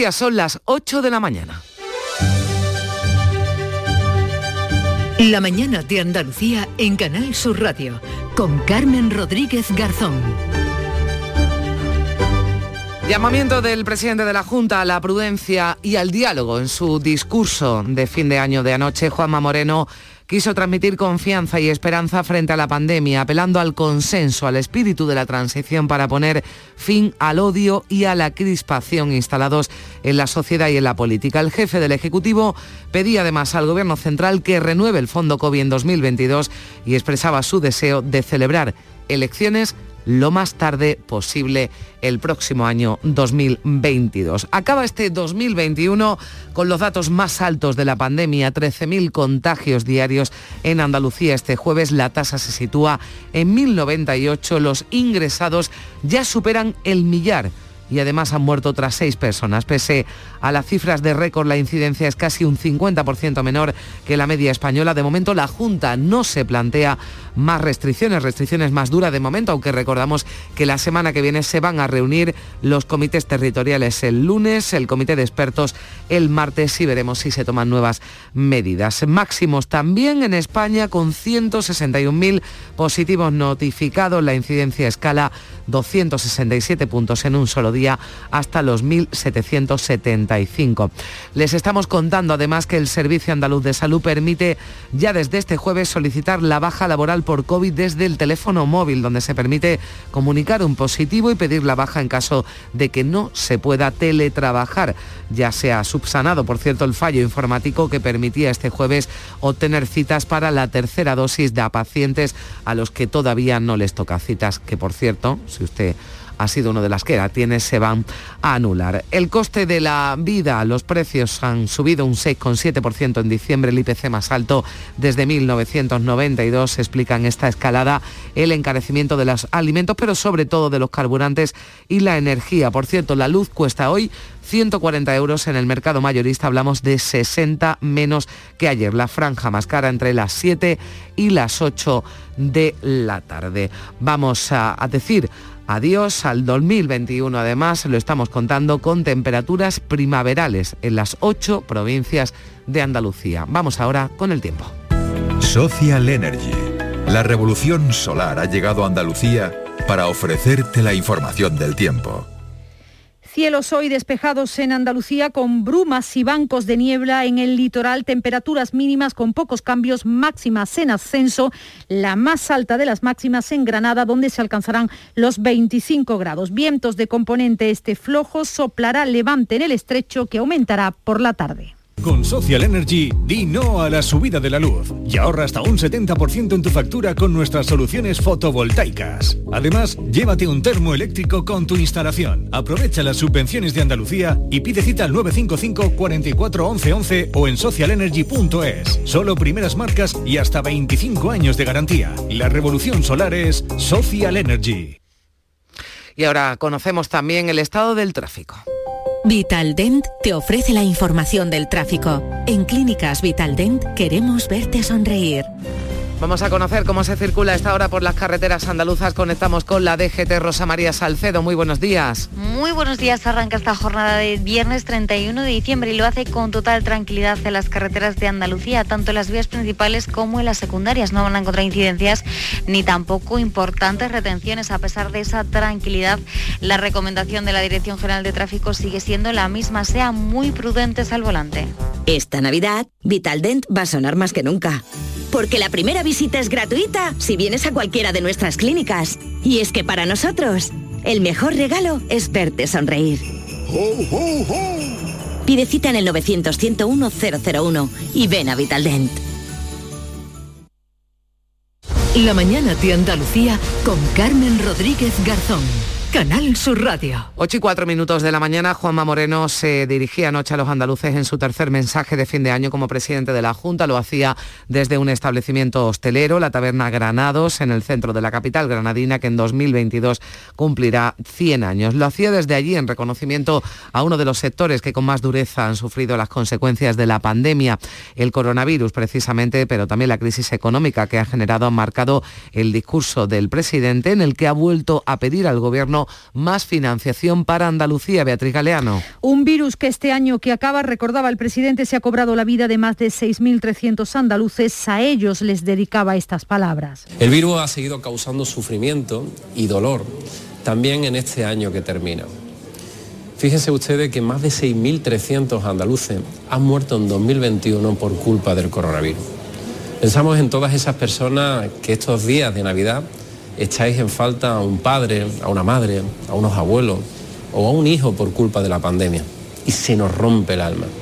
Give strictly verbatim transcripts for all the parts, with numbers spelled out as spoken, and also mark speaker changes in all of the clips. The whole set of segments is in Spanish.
Speaker 1: Ya son las ocho de la mañana.
Speaker 2: La mañana de Andalucía en Canal Sur Radio, con Carmen Rodríguez Garzón.
Speaker 1: Llamamiento del presidente de la Junta a la prudencia y al diálogo. En su discurso de fin de año de anoche, Juanma Moreno quiso transmitir confianza y esperanza frente a la pandemia, apelando al consenso, al espíritu de la transición para poner fin al odio y a la crispación instalados en la sociedad y en la política. El jefe del Ejecutivo pedía además al Gobierno central que renueve el Fondo COVID en dos mil veintidós y expresaba su deseo de celebrar elecciones lo más tarde posible el próximo año dos mil veintidós. Acaba este dos mil veintiuno con los datos más altos de la pandemia, trece mil contagios diarios en Andalucía. Este jueves la tasa se sitúa en mil noventa y ocho, los ingresados ya superan el millar. Y además han muerto otras seis personas. Pese a las cifras de récord, la incidencia es casi un cincuenta por ciento menor que la media española. De momento, la Junta no se plantea más restricciones, restricciones más duras de momento, aunque recordamos que la semana que viene se van a reunir los comités territoriales el lunes, el comité de expertos el martes y veremos si se toman nuevas medidas. Máximos también en España con ciento sesenta y un mil positivos notificados. La incidencia escala doscientos sesenta y siete puntos en un solo día hasta los mil setecientos setenta y cinco. Les estamos contando además que el Servicio Andaluz de Salud permite ya desde este jueves solicitar la baja laboral por COVID desde el teléfono móvil, donde se permite comunicar un positivo y pedir la baja en caso de que no se pueda teletrabajar. Ya se ha subsanado, por cierto, el fallo informático que permitía este jueves obtener citas para la tercera dosis de pacientes a los que todavía no les toca citas, que por cierto, si usted ha sido una de las que la tiene, se van a anular. El coste de la vida, los precios han subido un seis coma siete por ciento en diciembre, el I P C más alto desde mil novecientos noventa y dos. Se explica en esta escalada el encarecimiento de los alimentos, pero sobre todo de los carburantes y la energía. Por cierto, la luz cuesta hoy ciento cuarenta euros en el mercado mayorista, hablamos de sesenta menos que ayer. La franja más cara entre las siete y las ocho de la tarde. Vamos a, a decir adiós al dos mil veintiuno, además lo estamos contando con temperaturas primaverales en las ocho provincias de Andalucía. Vamos ahora con el tiempo.
Speaker 3: Social Energy. La revolución solar ha llegado a Andalucía para ofrecerte la información del tiempo.
Speaker 4: Cielos hoy despejados en Andalucía con brumas y bancos de niebla en el litoral, temperaturas mínimas con pocos cambios, máximas en ascenso, la más alta de las máximas en Granada, donde se alcanzarán los veinticinco grados. Vientos de componente este flojo, soplará levante en el estrecho que aumentará por la tarde.
Speaker 5: Con Social Energy, di no a la subida de la luz y ahorra hasta un setenta por ciento en tu factura con nuestras soluciones fotovoltaicas. Además, llévate un termo eléctrico con tu instalación. Aprovecha las subvenciones de Andalucía y pide cita al nueve cinco cinco, cuatro cuatro, once once o en social energy punto es. Solo primeras marcas y hasta veinticinco años de garantía. La revolución solar es Social Energy.
Speaker 1: Y ahora conocemos también el estado del tráfico.
Speaker 6: Vitaldent te ofrece la información del tráfico. En Clínicas Vitaldent queremos verte sonreír.
Speaker 1: Vamos a conocer cómo se circula a esta hora por las carreteras andaluzas. Conectamos con la D G T. Rosa María Salcedo, muy buenos días.
Speaker 7: Muy buenos días. Arranca esta jornada de viernes treinta y uno de diciembre y lo hace con total tranquilidad en las carreteras de Andalucía, tanto en las vías principales como en las secundarias. No van a encontrar incidencias ni tampoco importantes retenciones. A pesar de esa tranquilidad, la recomendación de la Dirección General de Tráfico sigue siendo la misma: sean muy prudentes al volante.
Speaker 8: Esta Navidad, Vitaldent va a sonar más que nunca. Porque la primera visita es gratuita si vienes a cualquiera de nuestras clínicas. Y es que para nosotros, el mejor regalo es verte sonreír. ¡Ho, ho, ho! Pide cita en el novecientos, ciento uno, cero cero uno y ven a Vitaldent.
Speaker 2: La mañana de Andalucía con Carmen Rodríguez Garzón. Canal Sur Radio.
Speaker 1: ocho y cuatro minutos de la mañana. Juanma Moreno se dirigía anoche a los andaluces en su tercer mensaje de fin de año como presidente de la Junta. Lo hacía desde un establecimiento hostelero, la taberna Granados, en el centro de la capital granadina, que en dos mil veintidós cumplirá cien años. Lo hacía desde allí en reconocimiento a uno de los sectores que con más dureza han sufrido las consecuencias de la pandemia, el coronavirus precisamente, pero también la crisis económica que ha generado, ha marcado el discurso del presidente, en el que ha vuelto a pedir al gobierno Gobierno más financiación para Andalucía. Beatriz Galeano.
Speaker 4: Un virus que este año que acaba, recordaba el presidente, se ha cobrado la vida de más de seis mil trescientos andaluces. A ellos les dedicaba estas palabras.
Speaker 9: El virus ha seguido causando sufrimiento y dolor también en este año que termina. Fíjense ustedes que más de seis mil trescientos andaluces han muerto en dos mil veintiuno por culpa del coronavirus. Pensamos en todas esas personas que estos días de Navidad echáis en falta a un padre, a una madre, a unos abuelos o a un hijo por culpa de la pandemia. Y se nos rompe el alma.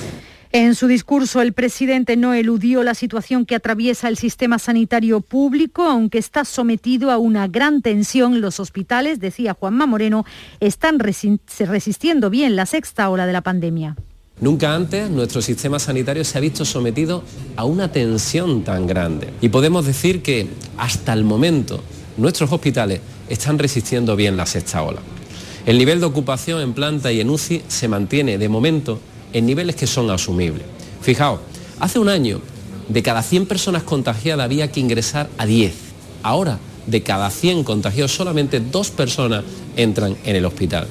Speaker 4: En su discurso, el presidente no eludió la situación que atraviesa el sistema sanitario público, aunque está sometido a una gran tensión. Los hospitales, decía Juanma Moreno, están resistiendo bien la sexta ola de la pandemia.
Speaker 9: Nunca antes nuestro sistema sanitario se ha visto sometido a una tensión tan grande. Y podemos decir que hasta el momento nuestros hospitales están resistiendo bien la sexta ola. El nivel de ocupación en planta y en U C I se mantiene de momento en niveles que son asumibles. Fijaos, hace un año de cada cien personas contagiadas había que ingresar a diez. Ahora, de cada cien contagiados, solamente dos personas entran en el hospital.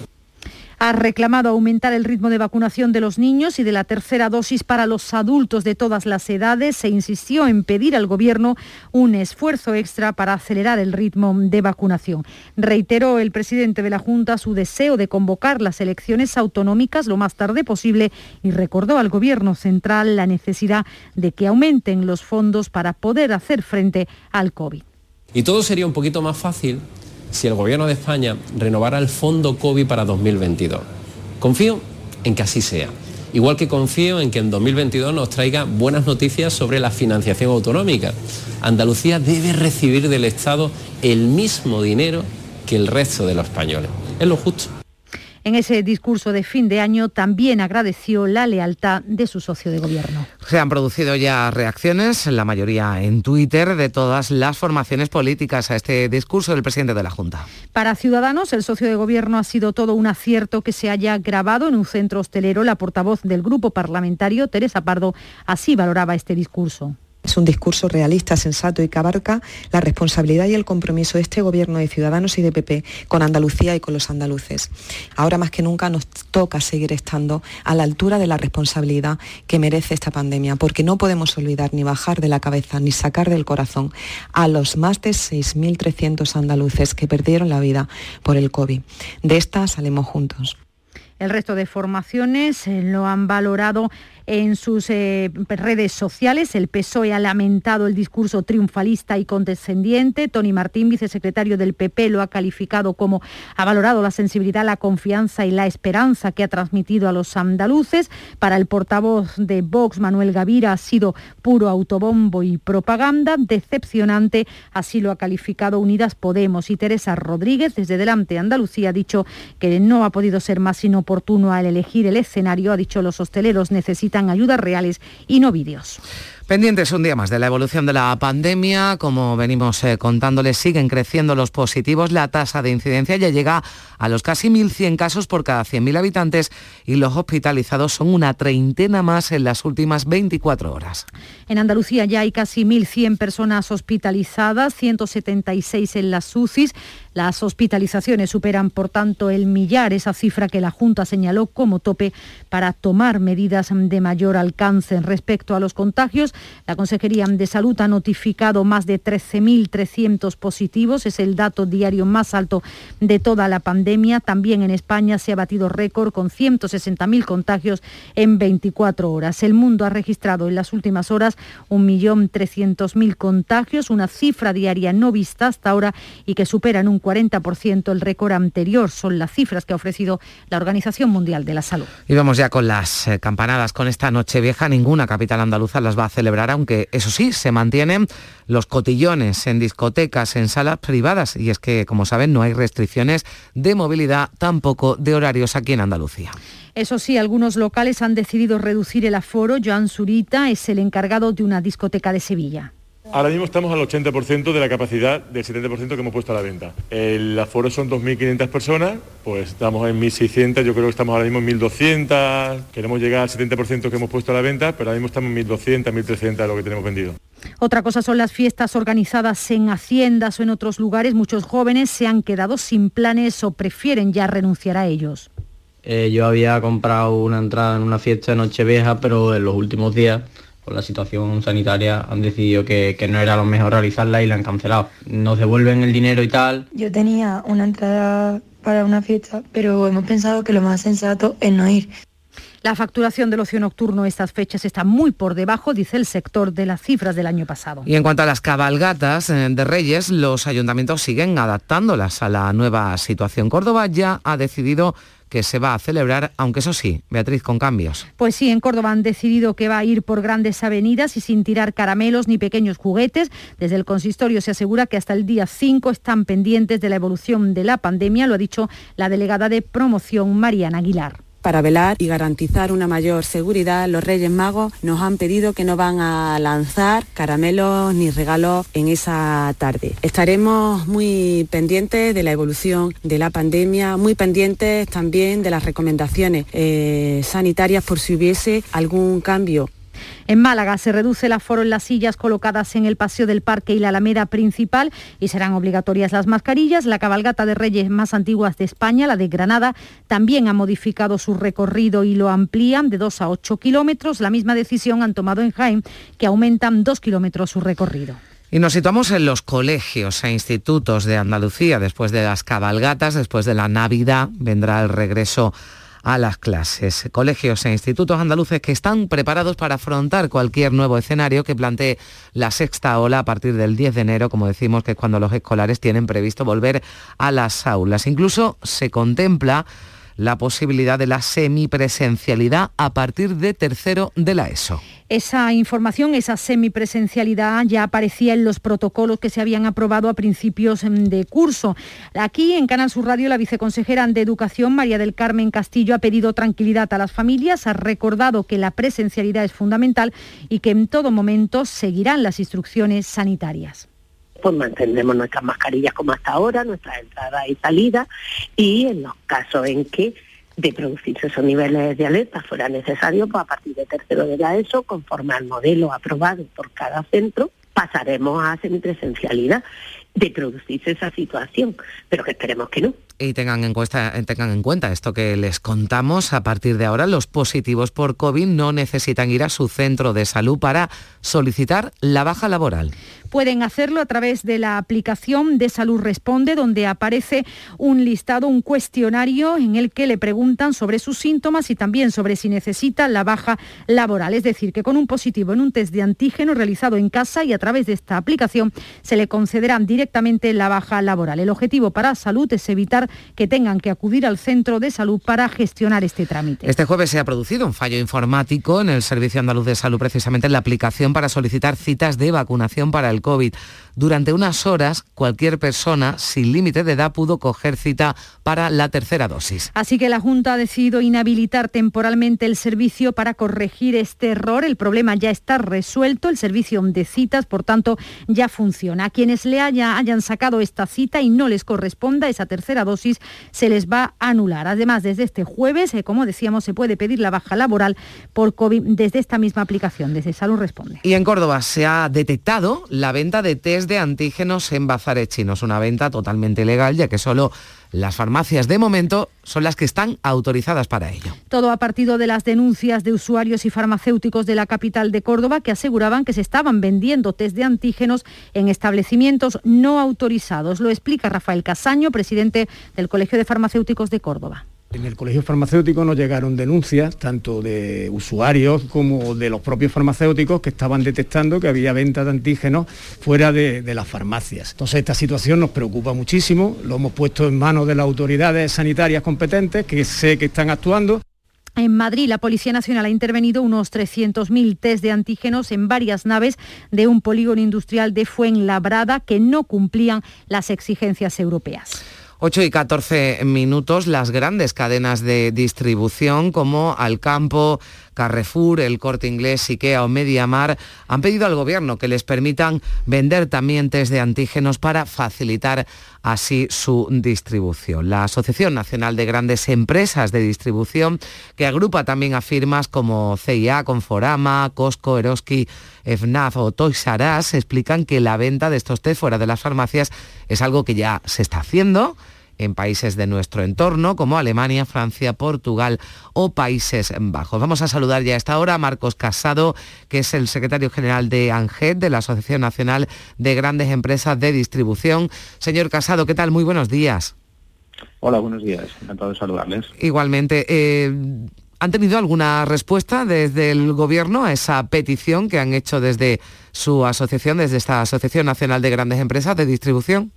Speaker 4: Ha reclamado aumentar el ritmo de vacunación de los niños y de la tercera dosis para los adultos de todas las edades. Se insistió en pedir al Gobierno un esfuerzo extra para acelerar el ritmo de vacunación. Reiteró el presidente de la Junta su deseo de convocar las elecciones autonómicas lo más tarde posible y recordó al Gobierno central la necesidad de que aumenten los fondos para poder hacer frente al COVID.
Speaker 9: Y todo sería un poquito más fácil si el Gobierno de España renovara el Fondo COVID para dos mil veintidós. Confío en que así sea. Igual que confío en que en dos mil veintidós nos traiga buenas noticias sobre la financiación autonómica. Andalucía debe recibir del Estado el mismo dinero que el resto de los españoles. Es lo justo.
Speaker 4: En ese discurso de fin de año también agradeció la lealtad de su socio de gobierno.
Speaker 1: Se han producido ya reacciones, la mayoría en Twitter, de todas las formaciones políticas a este discurso del presidente de la Junta.
Speaker 4: Para Ciudadanos, el socio de gobierno ha sido todo un acierto que se haya grabado en un centro hostelero. La portavoz del grupo parlamentario, Teresa Pardo, así valoraba este discurso.
Speaker 10: Es un discurso realista, sensato y que abarca la responsabilidad y el compromiso de este Gobierno de Ciudadanos y de P P con Andalucía y con los andaluces. Ahora más que nunca nos toca seguir estando a la altura de la responsabilidad que merece esta pandemia, porque no podemos olvidar ni bajar de la cabeza ni sacar del corazón a los más de seis mil trescientos andaluces que perdieron la vida por el COVID. De esta salimos juntos.
Speaker 4: El resto de formaciones eh, lo han valorado en sus eh, redes sociales. El P S O E ha lamentado el discurso triunfalista y condescendiente. Tony Martín, vicesecretario del P P, lo ha calificado como, ha valorado la sensibilidad, la confianza y la esperanza que ha transmitido a los andaluces. Para el portavoz de Vox, Manuel Gavira, ha sido puro autobombo y propaganda. Decepcionante, así lo ha calificado Unidas Podemos. Y Teresa Rodríguez, desde Delante Andalucía, ha dicho que no ha podido ser más inoportuno al elegir el escenario. Ha dicho los hosteleros necesitan ayudas reales y no vídeos.
Speaker 1: Pendientes un día más de la evolución de la pandemia. Como venimos eh, contándoles, siguen creciendo los positivos. La tasa de incidencia ya llega a los casi mil cien casos por cada cien mil habitantes y los hospitalizados son una treintena más en las últimas veinticuatro horas.
Speaker 4: En Andalucía ya hay casi mil cien personas hospitalizadas, ciento setenta y seis en las U C Is. Las hospitalizaciones superan, por tanto, el millar, esa cifra que la Junta señaló como tope para tomar medidas de mayor alcance. Respecto a los contagios, la Consejería de Salud ha notificado más de trece mil trescientos positivos. Es el dato diario más alto de toda la pandemia. También en España se ha batido récord con ciento sesenta mil contagios en veinticuatro horas. El mundo ha registrado en las últimas horas un millón trescientos mil contagios, una cifra diaria no vista hasta ahora y que supera en un cuarenta por ciento el récord anterior. Son las cifras que ha ofrecido la Organización Mundial de la Salud.
Speaker 1: Y vamos ya con las eh, campanadas. Con esta Nochevieja ninguna capital andaluza las va a celebrar, aunque eso sí, se mantienen los cotillones en discotecas, en salas privadas. Y es que, como saben, no hay restricciones de movilidad, tampoco de horarios aquí en Andalucía.
Speaker 4: Eso sí, algunos locales han decidido reducir el aforo. Joan Zurita es el encargado de una discoteca de Sevilla.
Speaker 11: Ahora mismo estamos al ochenta por ciento de la capacidad del setenta por ciento que hemos puesto a la venta. El aforo son dos mil quinientas personas, pues estamos en mil seiscientas, yo creo que estamos ahora mismo en mil doscientas, queremos llegar al setenta por ciento que hemos puesto a la venta, pero ahora mismo estamos en mil doscientas, mil trescientas de lo que tenemos vendido.
Speaker 4: Otra cosa son las fiestas organizadas en haciendas o en otros lugares. Muchos jóvenes se han quedado sin planes o prefieren ya renunciar a ellos.
Speaker 12: Eh, yo había comprado una entrada en una fiesta de Nochevieja, pero en los últimos días, por la situación sanitaria, han decidido que, que no era lo mejor realizarla y la han cancelado. Nos devuelven el dinero y tal.
Speaker 13: Yo tenía una entrada para una fiesta, pero hemos pensado que lo más sensato es no ir.
Speaker 4: La facturación del ocio nocturno estas fechas está muy por debajo, dice el sector, de las cifras del año pasado.
Speaker 1: Y en cuanto a las cabalgatas de Reyes, los ayuntamientos siguen adaptándolas a la nueva situación. Córdoba ya ha decidido que se va a celebrar, aunque eso sí, Beatriz, con cambios.
Speaker 4: Pues sí, en Córdoba han decidido que va a ir por grandes avenidas y sin tirar caramelos ni pequeños juguetes. Desde el consistorio se asegura que hasta el día cinco están pendientes de la evolución de la pandemia, lo ha dicho la delegada de promoción, Mariana Aguilar.
Speaker 14: Para velar y garantizar una mayor seguridad, los Reyes Magos nos han pedido que no van a lanzar caramelos ni regalos en esa tarde. Estaremos muy pendientes de la evolución de la pandemia, muy pendientes también de las recomendaciones eh, sanitarias por si hubiese algún cambio.
Speaker 4: En Málaga se reduce el aforo en las sillas colocadas en el Paseo del Parque y la Alameda principal y serán obligatorias las mascarillas. La cabalgata de Reyes más antiguas de España, la de Granada, también ha modificado su recorrido y lo amplían de dos a ocho kilómetros. La misma decisión han tomado en Jaén, que aumentan dos kilómetros su recorrido.
Speaker 1: Y nos situamos en los colegios e institutos de Andalucía. Después de las cabalgatas, después de la Navidad, vendrá el regreso a las clases. Colegios e institutos andaluces que están preparados para afrontar cualquier nuevo escenario que plantee la sexta ola a partir del diez de enero, como decimos, que es cuando los escolares tienen previsto volver a las aulas. Incluso se contempla la posibilidad de la semipresencialidad a partir de tercero de la ESO.
Speaker 4: Esa información, esa semipresencialidad ya aparecía en los protocolos que se habían aprobado a principios de curso. Aquí en Canal Sur Radio la viceconsejera de Educación, María del Carmen Castillo, ha pedido tranquilidad a las familias, ha recordado que la presencialidad es fundamental y que en todo momento seguirán las instrucciones sanitarias.
Speaker 15: Pues mantendremos nuestras mascarillas como hasta ahora, nuestras entradas y salidas, y en los casos en que de producirse esos niveles de alerta fuera necesario, pues a partir de tercero de la ESO, conforme al modelo aprobado por cada centro, pasaremos a semipresencialidad de producirse esa situación, pero que esperemos que no.
Speaker 1: Y tengan en, cuenta, tengan en cuenta esto que les contamos, a partir de ahora los positivos por COVID no necesitan ir a su centro de salud para solicitar la baja laboral.
Speaker 4: Pueden hacerlo a través de la aplicación de Salud Responde, donde aparece un listado, un cuestionario en el que le preguntan sobre sus síntomas y también sobre si necesita la baja laboral. Es decir, que con un positivo en un test de antígeno realizado en casa y a través de esta aplicación se le concederá directamente la baja laboral. El objetivo para Salud es evitar que tengan que acudir al centro de salud para gestionar este trámite.
Speaker 1: Este jueves se ha producido un fallo informático en el Servicio Andaluz de Salud, precisamente en la aplicación para solicitar citas de vacunación para el COVID. Durante unas horas, cualquier persona sin límite de edad pudo coger cita para la tercera dosis.
Speaker 4: Así que la Junta ha decidido inhabilitar temporalmente el servicio para corregir este error. El problema ya está resuelto. El servicio de citas, por tanto, ya funciona. A quienes le haya, hayan sacado esta cita y no les corresponda esa tercera dosis, se les va a anular. Además, desde este jueves, eh, como decíamos, se puede pedir la baja laboral por COVID desde esta misma aplicación, desde Salud Responde.
Speaker 1: Y en Córdoba se ha detectado la venta de test de antígenos en bazares chinos, una venta totalmente ilegal, ya que solo las farmacias de momento son las que están autorizadas para ello.
Speaker 4: Todo a partir de las denuncias de usuarios y farmacéuticos de la capital de Córdoba que aseguraban que se estaban vendiendo test de antígenos en establecimientos no autorizados. Lo explica Rafael Casaño, presidente del Colegio de Farmacéuticos de Córdoba.
Speaker 16: En el colegio farmacéutico nos llegaron denuncias tanto de usuarios como de los propios farmacéuticos que estaban detectando que había venta de antígenos fuera de, de las farmacias. Entonces esta situación nos preocupa muchísimo, lo hemos puesto en manos de las autoridades sanitarias competentes que sé que están actuando.
Speaker 4: En Madrid, la Policía Nacional ha intervenido unos trescientos mil test de antígenos en varias naves de un polígono industrial de Fuenlabrada que no cumplían las exigencias europeas.
Speaker 1: ocho y catorce minutos, las grandes cadenas de distribución como Alcampo, Carrefour, El Corte Inglés, IKEA o MediaMarkt han pedido al Gobierno que les permitan vender también test de antígenos para facilitar así su distribución. La Asociación Nacional de Grandes Empresas de Distribución, que agrupa también a firmas como C y A, Conforama, Costco, Eroski, FNAF o Toys R Us, explican que la venta de estos test fuera de las farmacias es algo que ya se está haciendo en países de nuestro entorno, como Alemania, Francia, Portugal o Países Bajos. Vamos a saludar ya a esta hora a Marcos Casado, que es el secretario general de ANGED, de la Asociación Nacional de Grandes Empresas de Distribución. Señor Casado, ¿qué tal? Muy buenos días.
Speaker 17: Hola, buenos días. Encantado de saludarles.
Speaker 1: Igualmente. Eh, ¿Han tenido alguna respuesta desde el Gobierno a esa petición que han hecho desde su asociación, desde esta Asociación Nacional de Grandes Empresas de Distribución?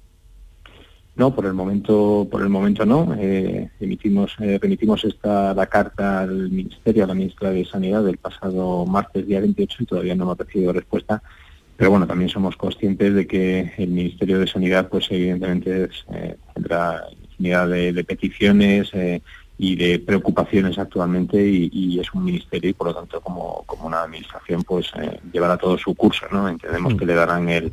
Speaker 17: No, por el momento, por el momento no. Eh, emitimos, eh, remitimos esta la carta al Ministerio, a la ministra de Sanidad, el pasado martes, día veintiocho, y todavía no hemos recibido respuesta. Pero bueno, también somos conscientes de que el Ministerio de Sanidad, pues evidentemente es, eh, tendrá infinidad de, de peticiones eh, y de preocupaciones actualmente, y, y es un ministerio y por lo tanto como, como una administración pues eh, llevará todo su curso, ¿no? Entendemos mm. que le darán el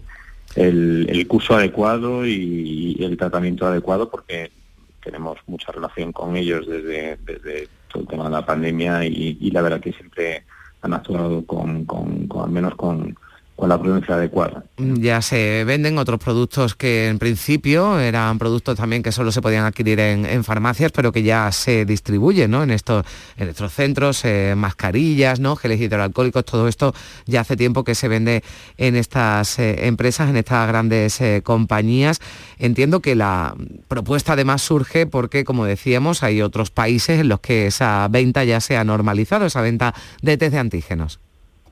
Speaker 17: El, el curso adecuado y el tratamiento adecuado, porque tenemos mucha relación con ellos desde, desde todo el tema de la pandemia y, y la verdad que siempre han actuado con, con, con al menos con, con la prudencia adecuada.
Speaker 1: Ya se venden otros productos que en principio eran productos también que solo se podían adquirir en, en farmacias, pero que ya se distribuyen, ¿no? En estos, en estos centros, eh, mascarillas, ¿no? Geles hidroalcohólicos, todo esto ya hace tiempo que se vende en estas eh, empresas, en estas grandes eh, compañías. Entiendo que la propuesta además surge porque, como decíamos, hay otros países en los que esa venta ya se ha normalizado, esa venta de test de antígenos.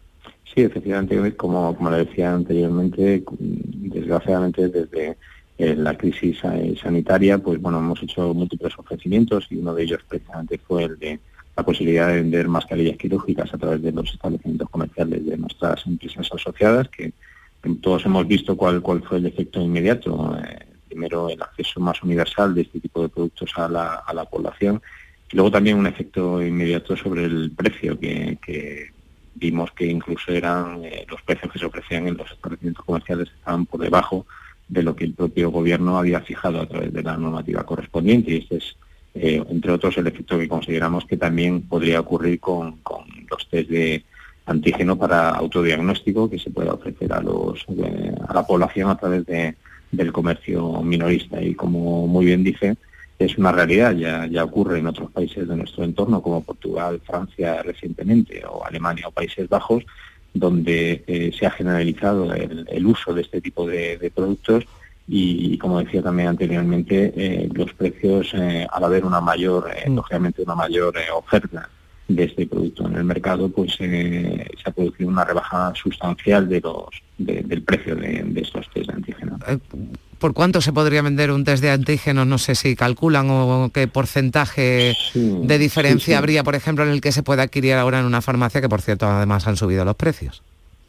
Speaker 17: Sí, efectivamente, como, como le decía anteriormente, desgraciadamente desde eh, la crisis sanitaria, pues bueno, hemos hecho múltiples ofrecimientos y uno de ellos precisamente fue el de la posibilidad de vender mascarillas quirúrgicas a través de los establecimientos comerciales de nuestras empresas asociadas, que, que todos hemos visto cuál, cuál fue el efecto inmediato. Eh, primero, el acceso más universal de este tipo de productos a la, a la población, y luego también un efecto inmediato sobre el precio, que, que vimos que incluso eran eh, los precios que se ofrecían en los establecimientos comerciales estaban por debajo de lo que el propio Gobierno había fijado a través de la normativa correspondiente, y este es, eh, entre otros, el efecto que consideramos que también podría ocurrir con, con los test de antígeno para autodiagnóstico que se pueda ofrecer a los eh, a la población a través de, del comercio minorista. Y como muy bien dice, es una realidad, ya, ya ocurre en otros países de nuestro entorno, como Portugal, Francia recientemente, o Alemania o Países Bajos, donde eh, se ha generalizado el, el uso de este tipo de, de productos y, como decía también anteriormente, eh, los precios, eh, al haber una mayor, eh, lógicamente una mayor eh, oferta de este producto en el mercado, pues eh, se ha producido una rebaja sustancial de los de, del precio de, de estos test de antígenos.
Speaker 1: ¿Por cuánto se podría vender un test de antígenos? No sé si calculan o qué porcentaje sí, de diferencia sí, sí. habría, por ejemplo, en el que se puede adquirir ahora en una farmacia, que por cierto además han subido los precios.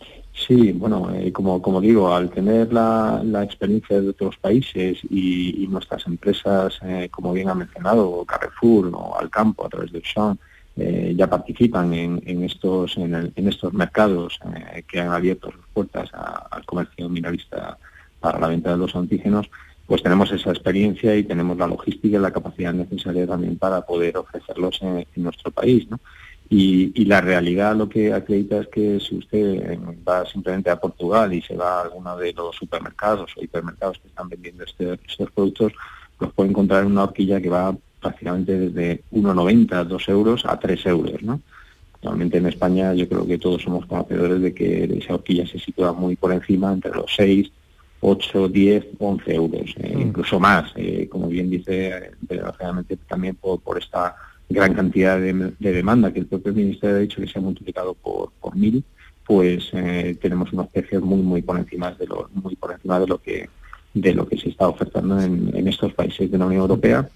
Speaker 17: Sí, bueno, eh, como, como digo, al tener la, la experiencia de otros países y, y nuestras empresas, eh, como bien ha mencionado, Carrefour o Alcampo a través de Auchan, eh, ya participan en, en, estos, en, el, en estos mercados eh, que han abierto sus puertas a, al comercio minorista para la venta de los antígenos, pues tenemos esa experiencia y tenemos la logística y la capacidad necesaria también para poder ofrecerlos en, en nuestro país, ¿no? Y, y la realidad lo que acredita es que si usted va simplemente a Portugal y se va a alguno de los supermercados o hipermercados que están vendiendo este, estos productos, los puede encontrar en una horquilla que va prácticamente desde uno noventa, dos euros a tres euros, ¿no? Actualmente en España yo creo que todos somos conocedores de que esa horquilla se sitúa muy por encima, entre los seis, ocho, diez, once euros, eh, mm. incluso más, eh, como bien dice, desgraciadamente también por, por esta gran cantidad de, de demanda que el propio Ministerio ha dicho que se ha multiplicado por, por mil, pues eh, tenemos unos precios muy muy por encima de lo muy por encima de lo que de lo que se está ofertando en, en estos países de la Unión Europea,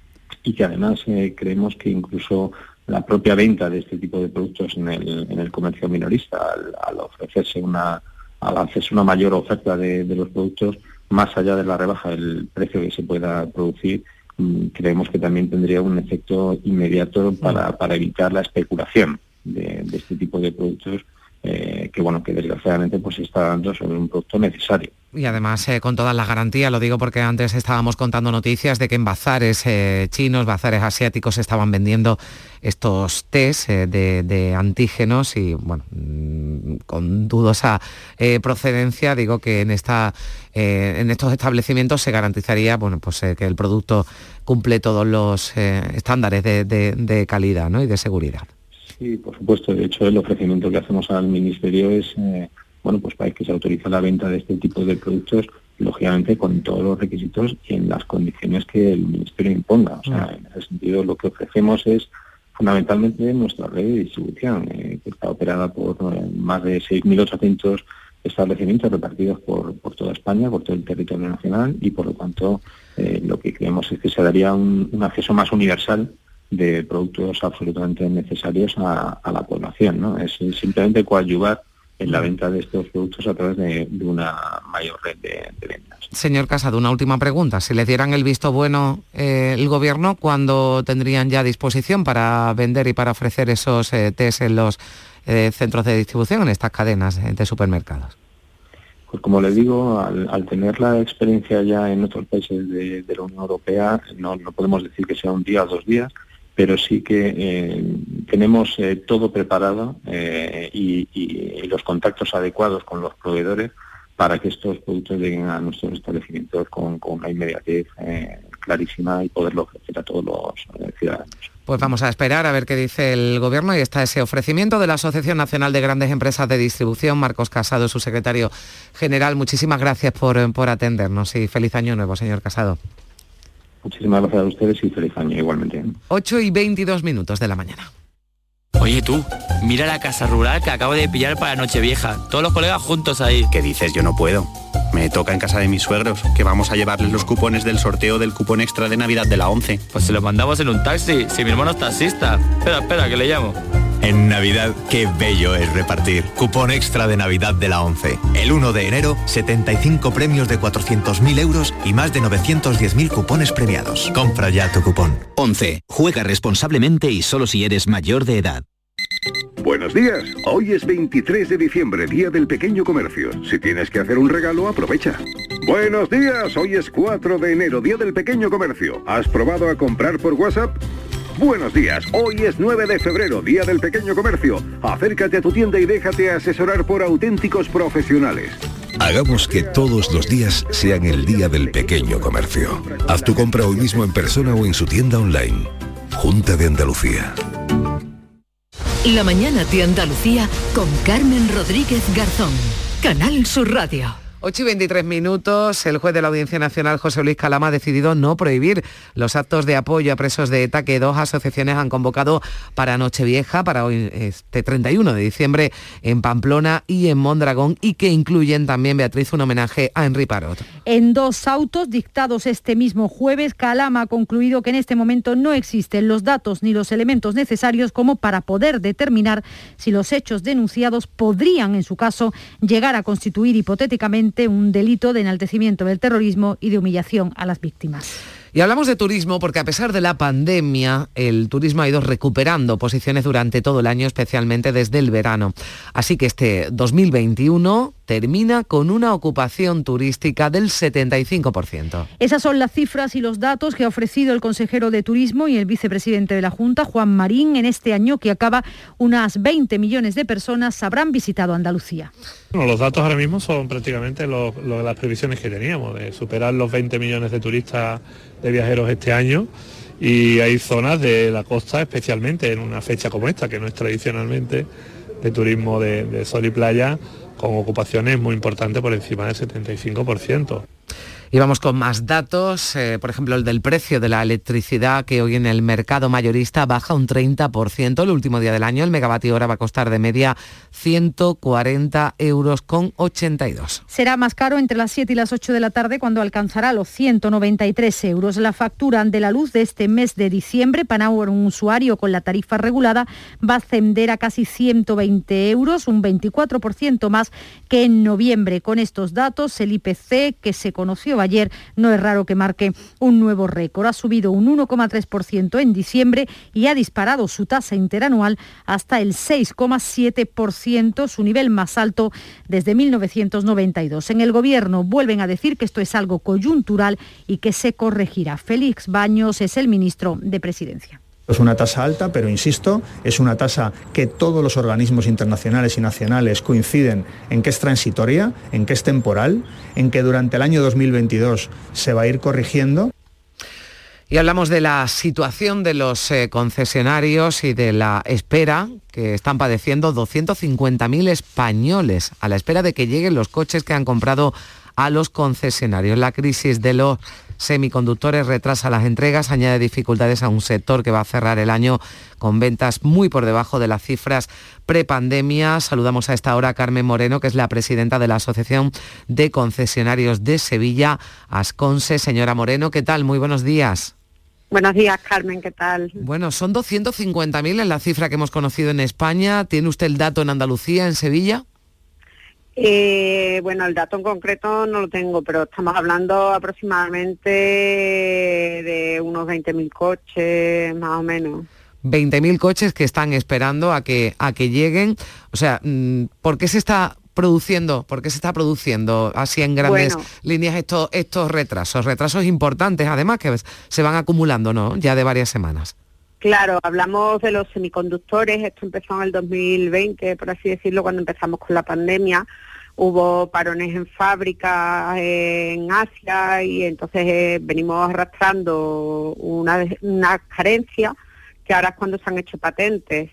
Speaker 17: y que además eh, creemos que incluso la propia venta de este tipo de productos en el, en el comercio minorista, al, al ofrecerse una al hacerse una mayor oferta de, de los productos, más allá de la rebaja del precio que se pueda producir, mmm, creemos que también tendría un efecto inmediato para, para evitar la especulación de, de este tipo de productos eh, que bueno que desgraciadamente pues se está dando sobre un producto necesario.
Speaker 1: Y además eh, con todas las garantías, lo digo porque antes estábamos contando noticias de que en bazares eh, chinos, bazares asiáticos estaban vendiendo estos test eh, de, de antígenos y bueno, mmm, con dudosa eh, procedencia, digo que en esta eh, en estos establecimientos se garantizaría bueno pues eh, que el producto cumple todos los eh, estándares de, de, de calidad, ¿no? Y de seguridad.
Speaker 17: Sí, por supuesto. De hecho, el ofrecimiento que hacemos al Ministerio es eh, bueno, pues para que se autorice la venta de este tipo de productos, lógicamente con todos los requisitos y en las condiciones que el Ministerio imponga. O sea, en ese sentido lo que ofrecemos es fundamentalmente nuestra red de distribución, eh, que está operada por eh, más de seis mil ochocientos establecimientos repartidos por, por toda España, por todo el territorio nacional, y por lo tanto eh, lo que creemos es que se daría un, un acceso más universal de productos absolutamente necesarios a, a la población, ¿no? Es, es simplemente coadyuvar en la venta de estos productos a través de, de una mayor red de, de ventas.
Speaker 1: Señor Casado, una última pregunta. Si les dieran el visto bueno eh, el Gobierno, ¿cuándo tendrían ya disposición para vender y para ofrecer esos eh, test en los eh, centros de distribución, en estas cadenas de supermercados?
Speaker 17: Pues como les digo, al, al tener la experiencia ya en otros países de, de la Unión Europea, no, no podemos decir que sea un día o dos días, pero sí que eh, tenemos eh, todo preparado eh, y, y, y los contactos adecuados con los proveedores para que estos productos lleguen a nuestros establecimientos con, con una inmediatez eh, clarísima y poderlo ofrecer a todos los eh, ciudadanos.
Speaker 1: Pues vamos a esperar a ver qué dice el Gobierno y está ese ofrecimiento de la Asociación Nacional de Grandes Empresas de Distribución. Marcos Casado, su secretario general, muchísimas gracias por, por atendernos y feliz año nuevo, señor Casado.
Speaker 17: Muchísimas gracias a ustedes y feliz año igualmente.
Speaker 1: ocho y veintidós minutos de la mañana.
Speaker 18: Oye tú, mira la casa rural que acabo de pillar para Nochevieja. Todos los colegas juntos ahí.
Speaker 19: ¿Qué dices? Yo no puedo. Me toca en casa de mis suegros, que vamos a llevarles los cupones del sorteo del cupón extra de Navidad de la once.
Speaker 18: Pues se los mandamos en un taxi, si mi hermano es taxista. Espera, espera, que le llamo.
Speaker 20: En Navidad, qué bello es repartir. Cupón extra de Navidad de la once. El uno de enero, setenta y cinco premios de cuatrocientos mil euros y más de novecientos diez mil cupones premiados. Compra ya tu cupón.
Speaker 21: once. Juega responsablemente y solo si eres mayor de edad.
Speaker 22: Buenos días, hoy es veintitrés de diciembre, Día del Pequeño Comercio. Si tienes que hacer un regalo, aprovecha. Buenos días, hoy es cuatro de enero, Día del Pequeño Comercio. ¿Has probado a comprar por WhatsApp? Buenos días, hoy es nueve de febrero, Día del Pequeño Comercio. Acércate a tu tienda y déjate asesorar por auténticos profesionales.
Speaker 23: Hagamos que todos los días sean el Día del Pequeño Comercio. Haz tu compra hoy mismo en persona o en su tienda online. Junta de Andalucía.
Speaker 2: La mañana de Andalucía con Carmen Rodríguez Garzón. Canal Sur Radio.
Speaker 1: ocho y veintitrés minutos, el juez de la Audiencia Nacional, José Luis Calama, ha decidido no prohibir los actos de apoyo a presos de ETA que dos asociaciones han convocado para Nochevieja, para hoy, este treinta y uno de diciembre, en Pamplona y en Mondragón, y que incluyen también, Beatriz, un homenaje a Henri Parot.
Speaker 4: En dos autos dictados este mismo jueves, Calama ha concluido que en este momento no existen los datos ni los elementos necesarios como para poder determinar si los hechos denunciados podrían, en su caso, llegar a constituir hipotéticamente un delito de enaltecimiento del terrorismo y de humillación a las víctimas.
Speaker 1: Y hablamos de turismo porque a pesar de la pandemia, el turismo ha ido recuperando posiciones durante todo el año, especialmente desde el verano. Así que este dos mil veintiuno termina con una ocupación turística del setenta y cinco por ciento.
Speaker 4: Esas son las cifras y los datos que ha ofrecido el consejero de Turismo y el vicepresidente de la Junta, Juan Marín. En este año que acaba, unas veinte millones de personas habrán visitado Andalucía.
Speaker 24: Bueno, los datos ahora mismo son prácticamente lo, lo, las previsiones que teníamos, de superar los veinte millones de turistas, de viajeros este año, y hay zonas de la costa, especialmente en una fecha como esta, que no es tradicionalmente de turismo de, de sol y playa, con ocupaciones muy importantes por encima del setenta y cinco por ciento.
Speaker 1: Y vamos con más datos, eh, por ejemplo el del precio de la electricidad, que hoy en el mercado mayorista baja un treinta por ciento. El último día del año el megavatio hora va a costar de media ciento cuarenta euros con ochenta y dos.
Speaker 4: Será más caro entre las siete y las ocho de la tarde, cuando alcanzará los ciento noventa y tres euros. La factura de la luz de este mes de diciembre para un usuario con la tarifa regulada va a ascender a casi ciento veinte euros, un veinticuatro por ciento más que en noviembre. Con estos datos, el I P C, que se conoció ayer, no es raro que marque un nuevo récord. Ha subido un uno coma tres por ciento en diciembre y ha disparado su tasa interanual hasta el seis coma siete por ciento, su nivel más alto desde mil novecientos noventa y dos. En el Gobierno vuelven a decir que esto es algo coyuntural y que se corregirá. Félix Baños es el ministro de Presidencia.
Speaker 3: Es una tasa alta, pero insisto, es una tasa que todos los organismos internacionales y nacionales coinciden en que es transitoria, en que es temporal, en que durante el año dos mil veintidós se va a ir corrigiendo.
Speaker 1: Y hablamos de la situación de los eh, concesionarios y de la espera que están padeciendo doscientos cincuenta mil españoles a la espera de que lleguen los coches que han comprado a los concesionarios. La crisis de los semiconductores retrasa las entregas, añade dificultades a un sector que va a cerrar el año con ventas muy por debajo de las cifras prepandemia. Saludamos a esta hora a Carmen Moreno, que es la presidenta de la Asociación de Concesionarios de Sevilla, Asconse. Señora Moreno, ¿qué tal? Muy buenos días.
Speaker 5: Buenos días, Carmen, ¿qué tal?
Speaker 1: Bueno, son doscientos cincuenta mil en la cifra que hemos conocido en España. ¿Tiene usted el dato en Andalucía, en Sevilla?
Speaker 5: Eh, bueno, el dato en concreto no lo tengo, pero estamos hablando aproximadamente de unos veinte mil coches, más o menos.
Speaker 1: veinte mil coches que están esperando a que, a que lleguen. O sea, ¿por qué se está produciendo, por qué se está produciendo así en grandes bueno, líneas estos, estos retrasos? Retrasos importantes, además, que se van acumulando, ¿no?, ya de varias semanas.
Speaker 5: Claro, hablamos de los semiconductores, esto empezó en el dos mil veinte, por así decirlo, cuando empezamos con la pandemia. Hubo parones en fábricas en Asia y entonces eh, venimos arrastrando una, una carencia que ahora es cuando se han hecho patentes.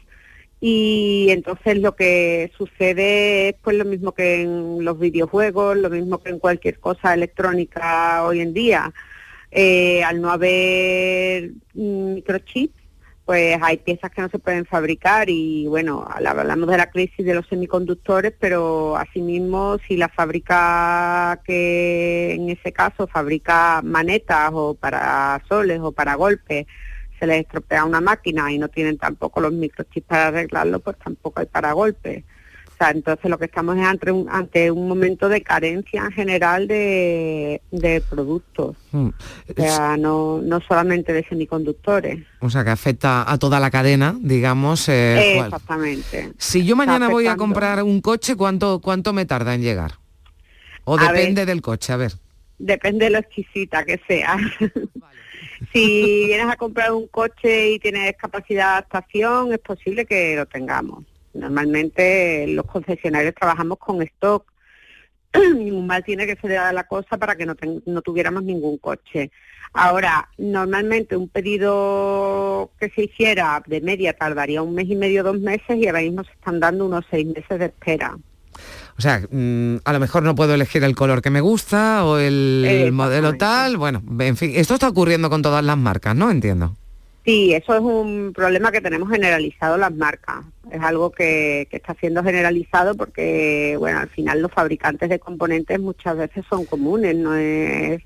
Speaker 5: Y entonces lo que sucede es pues lo mismo que en los videojuegos, lo mismo que en cualquier cosa electrónica hoy en día. Eh, al no haber microchips, pues hay piezas que no se pueden fabricar y bueno, hablamos de la crisis de los semiconductores, pero asimismo si la fábrica que en ese caso fabrica manetas o para soles o para golpes, se les estropea una máquina y no tienen tampoco los microchips para arreglarlo, pues tampoco hay para golpes. O sea, entonces lo que estamos es ante un, ante un momento de carencia en general de, de productos, hmm. o sea, no, no solamente de semiconductores.
Speaker 1: O sea, que afecta a toda la cadena, digamos. Eh,
Speaker 5: eh, exactamente.
Speaker 1: Si yo mañana voy a comprar un coche, ¿cuánto, cuánto me tarda en llegar? ¿O a depende ver, del coche? A ver.
Speaker 5: Depende de lo exquisita que sea. Vale. Si vienes a comprar un coche y tienes capacidad de adaptación, es posible que lo tengamos. Normalmente los concesionarios trabajamos con stock, ningún mal tiene que ser la cosa para que no, ten, no tuviéramos ningún coche. Ahora, normalmente un pedido que se hiciera de media tardaría un mes y medio, dos meses y ahora mismo se están dando unos seis meses de espera.
Speaker 1: O sea, mmm, a lo mejor no puedo elegir el color que me gusta o el, el modelo tal, bueno, en fin, esto está ocurriendo con todas las marcas, ¿no? Entiendo.
Speaker 5: Sí, eso es un problema que tenemos generalizado las marcas. Es algo que, que está siendo generalizado porque, bueno, al final los fabricantes de componentes muchas veces son comunes, no es...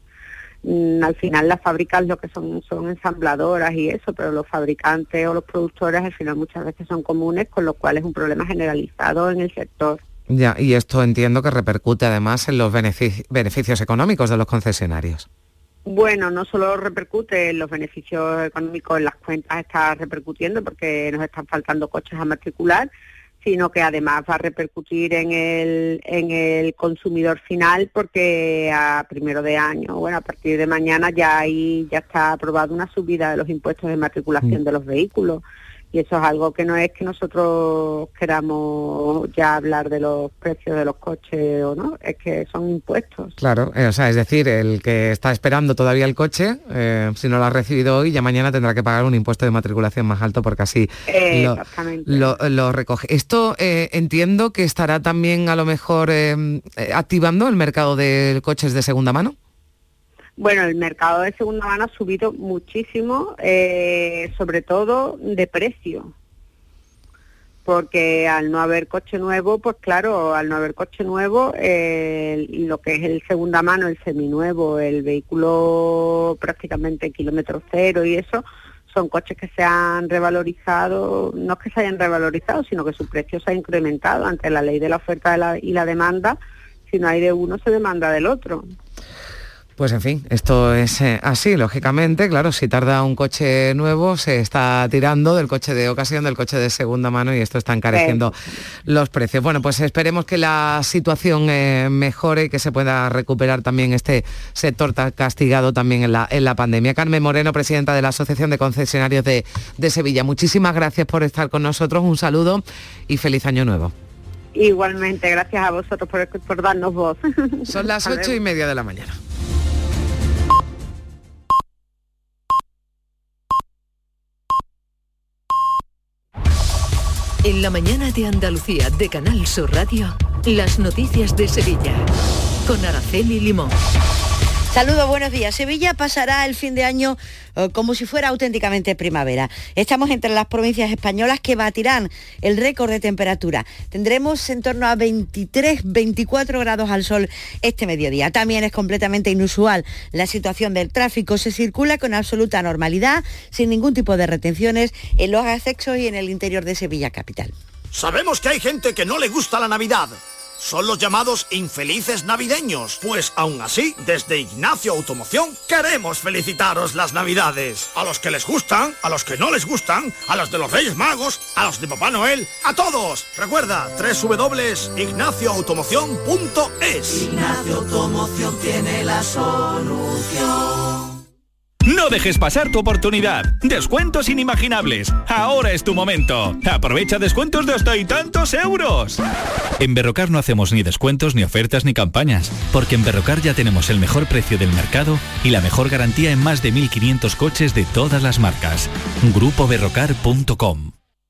Speaker 5: Al final las fábricas lo que son son ensambladoras y eso, pero los fabricantes o los productores al final muchas veces son comunes, con lo cual es un problema generalizado en el sector.
Speaker 1: Ya, y esto entiendo que repercute además en los benefic- beneficios económicos de los concesionarios.
Speaker 5: Bueno, no solo repercute en los beneficios económicos, en las cuentas está repercutiendo porque nos están faltando coches a matricular, sino que además va a repercutir en el en el consumidor final porque a primero de año, bueno, a partir de mañana ya ahí ya está aprobada una subida de los impuestos de matriculación mm. de los vehículos. Y eso es algo que no es que nosotros queramos ya hablar de los precios de los coches o no, es que son impuestos.
Speaker 1: Claro, eh, o sea, es decir, el que está esperando todavía el coche, eh, si no lo ha recibido hoy, ya mañana tendrá que pagar un impuesto de matriculación más alto porque así
Speaker 5: eh,
Speaker 1: lo, lo, lo recoge. Esto eh, entiendo que estará también a lo mejor eh, activando el mercado de coches de segunda mano.
Speaker 5: Bueno, el mercado de segunda mano ha subido muchísimo, eh, sobre todo de precio, porque al no haber coche nuevo, pues claro, al no haber coche nuevo, eh, lo que es el segunda mano, el seminuevo, el vehículo prácticamente kilómetro cero y eso, son coches que se han revalorizado, no es que se hayan revalorizado, sino que su precio se ha incrementado ante la ley de la oferta de la, y la demanda. Si no hay de uno, se demanda del otro.
Speaker 1: Pues en fin, esto es eh, así, lógicamente, claro, si tarda un coche nuevo se está tirando del coche de ocasión, del coche de segunda mano y esto está encareciendo sí. los precios. Bueno, pues esperemos que la situación eh, mejore y que se pueda recuperar también este sector tan castigado también en la, en la pandemia. Carmen Moreno, presidenta de la Asociación de Concesionarios de, de Sevilla, muchísimas gracias por estar con nosotros, un saludo y feliz año nuevo.
Speaker 5: Igualmente, gracias a vosotros por, por darnos voz.
Speaker 1: Son las ocho y media de la mañana.
Speaker 2: En la mañana de Andalucía de Canal Sur Radio, las noticias de Sevilla, con Araceli Limón.
Speaker 6: Saludos, buenos días. Sevilla pasará el fin de año eh, como si fuera auténticamente primavera. Estamos entre las provincias españolas que batirán el récord de temperatura. Tendremos en torno a veintitrés, veinticuatro grados al sol este mediodía. También es completamente inusual la situación del tráfico. Se circula con absoluta normalidad, sin ningún tipo de retenciones en los accesos y en el interior de Sevilla capital.
Speaker 7: Sabemos que hay gente que no le gusta la Navidad. Son los llamados infelices navideños. Pues aún así, desde Ignacio Automoción queremos felicitaros las Navidades. A los que les gustan, a los que no les gustan, a los de los Reyes Magos, a los de Papá Noel, a todos. Recuerda, doble u doble u doble u punto ignacio automoción punto es.
Speaker 8: Ignacio Automoción tiene la solución.
Speaker 9: No dejes pasar tu oportunidad. Descuentos inimaginables. Ahora es tu momento. Aprovecha descuentos de hasta y tantos euros. En Berrocar no hacemos ni descuentos, ni ofertas, ni campañas. Porque en Berrocar ya tenemos el mejor precio del mercado y la mejor garantía en más de mil quinientos coches de todas las marcas. grupo berrocar punto com.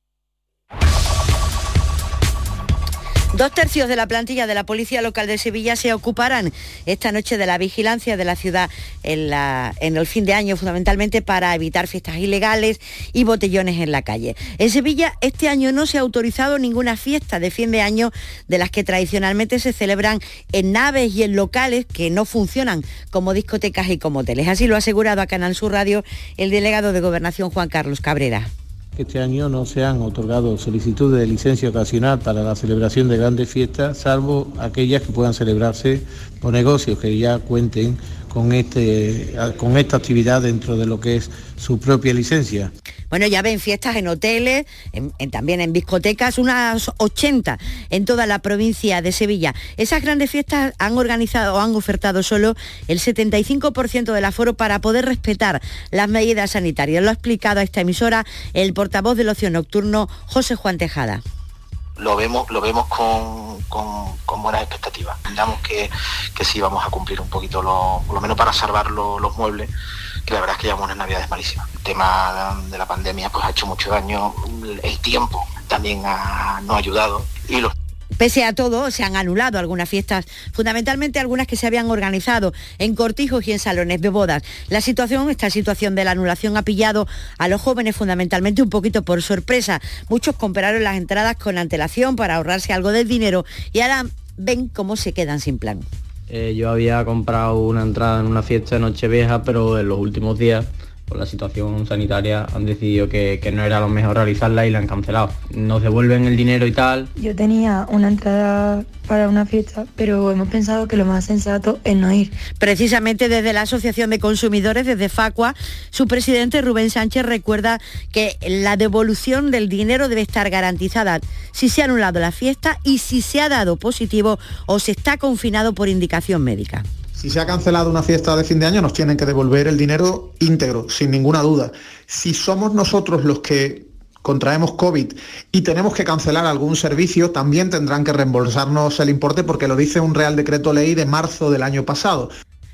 Speaker 6: Dos tercios de la plantilla de la Policía Local de Sevilla se ocuparán esta noche de la vigilancia de la ciudad en, la, en el fin de año, fundamentalmente para evitar fiestas ilegales y botellones en la calle. En Sevilla este año no se ha autorizado ninguna fiesta de fin de año de las que tradicionalmente se celebran en naves y en locales que no funcionan como discotecas y como hoteles. Así lo ha asegurado a Canal Sur Radio el delegado de Gobernación, Juan Carlos Cabrera.
Speaker 25: Este año no se han otorgado solicitudes de licencia ocasional para la celebración de grandes fiestas, salvo aquellas que puedan celebrarse por negocios que ya cuenten con, este, con esta actividad dentro de lo que es su propia licencia.
Speaker 6: Bueno, ya ven fiestas en hoteles, en, en, también en discotecas, unas ochenta en toda la provincia de Sevilla. Esas grandes fiestas han organizado o han ofertado solo el setenta y cinco por ciento del aforo para poder respetar las medidas sanitarias. Lo ha explicado a esta emisora el portavoz del ocio nocturno, José Juan Tejada.
Speaker 26: Lo vemos, lo vemos con, con, con buenas expectativas. Pensamos que, que sí vamos a cumplir un poquito, lo, por lo menos para salvar lo, los muebles, que la verdad es que llevamos unas navidades malísimas. El tema de la pandemia pues ha hecho mucho daño, el tiempo también ha, no ha ayudado y los...
Speaker 6: Pese a todo, se han anulado algunas fiestas, fundamentalmente algunas que se habían organizado en cortijos y en salones de bodas. La situación, esta situación de la anulación ha pillado a los jóvenes fundamentalmente un poquito por sorpresa. Muchos compraron las entradas con antelación para ahorrarse algo del dinero y ahora ven cómo se quedan sin plan.
Speaker 12: Eh, yo había comprado una entrada en una fiesta de Nochevieja, pero en los últimos días, por la situación sanitaria, han decidido que, que no era lo mejor realizarla y la han cancelado. Nos devuelven el dinero y tal.
Speaker 13: Yo tenía una entrada para una fiesta, pero hemos pensado que lo más sensato es no ir.
Speaker 6: Precisamente desde la Asociación de Consumidores, desde Facua, su presidente Rubén Sánchez recuerda que la devolución del dinero debe estar garantizada si se ha anulado la fiesta y si se ha dado positivo o se está confinado por indicación médica.
Speaker 27: Si se ha cancelado una fiesta de fin de año, nos tienen que devolver el dinero íntegro, sin ninguna duda. Si somos nosotros los que contraemos COVID y tenemos que cancelar algún servicio, también tendrán que reembolsarnos el importe porque lo dice un Real Decreto Ley de marzo del año pasado.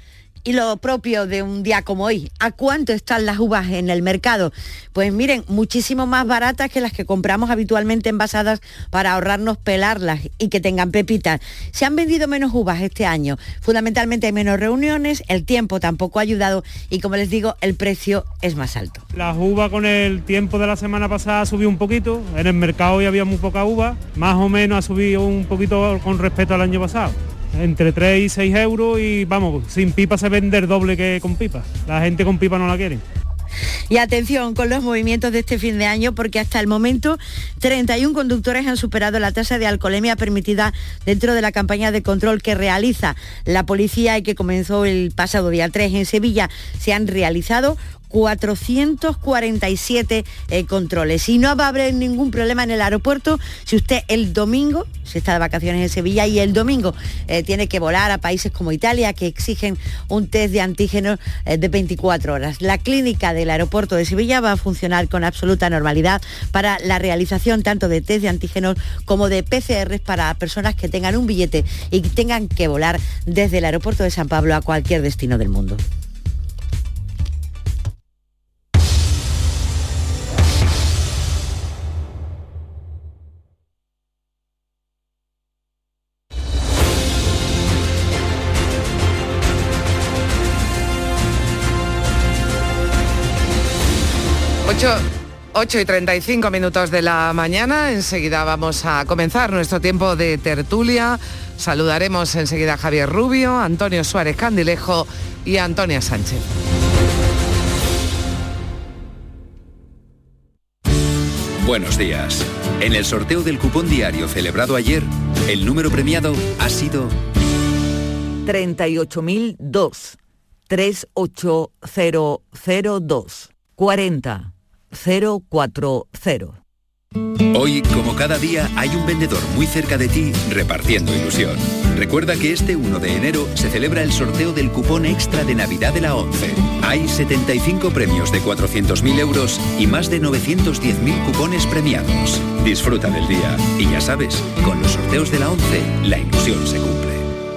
Speaker 6: Y lo propio de un día como hoy, ¿a cuánto están las uvas en el mercado? Pues miren, muchísimo más baratas que las que compramos habitualmente envasadas para ahorrarnos pelarlas y que tengan pepitas. Se han vendido menos uvas este año, fundamentalmente hay menos reuniones, el tiempo tampoco ha ayudado y como les digo, el precio es más alto.
Speaker 24: Las uvas con el tiempo de la semana pasada ha subido un poquito, en el mercado hoy había muy poca uva, más o menos ha subido un poquito con respecto al año pasado. Entre tres y seis euros y vamos, sin pipa se vende el doble que con pipa. La gente con pipa no la quiere.
Speaker 6: Y atención con los movimientos de este fin de año, porque hasta el momento treinta y uno conductores han superado la tasa de alcoholemia permitida dentro de la campaña de control que realiza la policía y que comenzó el pasado día tres. En Sevilla se han realizado cuatrocientos cuarenta y siete eh, controles y no va a haber ningún problema en el aeropuerto si usted el domingo se está de vacaciones en Sevilla y el domingo eh, tiene que volar a países como Italia, que exigen un test de antígenos eh, de veinticuatro horas. La clínica del aeropuerto de Sevilla va a funcionar con absoluta normalidad para la realización tanto de test de antígenos como de P C R para personas que tengan un billete y que tengan que volar desde el aeropuerto de San Pablo a cualquier destino del mundo.
Speaker 1: ocho y treinta y cinco minutos de la mañana, enseguida vamos a comenzar nuestro tiempo de tertulia. Saludaremos enseguida a Javier Rubio, Antonio Suárez Candilejo y a Antonia Sánchez.
Speaker 10: Buenos días. En el sorteo del cupón diario celebrado ayer, el número premiado ha sido
Speaker 11: treinta y ocho mil dos, tres ocho cero cero dos, cuarenta cero cuatro cero.
Speaker 10: Hoy, como cada día, hay un vendedor muy cerca de ti repartiendo ilusión. Recuerda que este uno de enero se celebra el sorteo del cupón extra de Navidad de la ONCE. Hay setenta y cinco premios de cuatrocientos mil euros y más de novecientos diez mil cupones premiados. Disfruta del día. Y ya sabes, con los sorteos de la ONCE, la ilusión se cumple.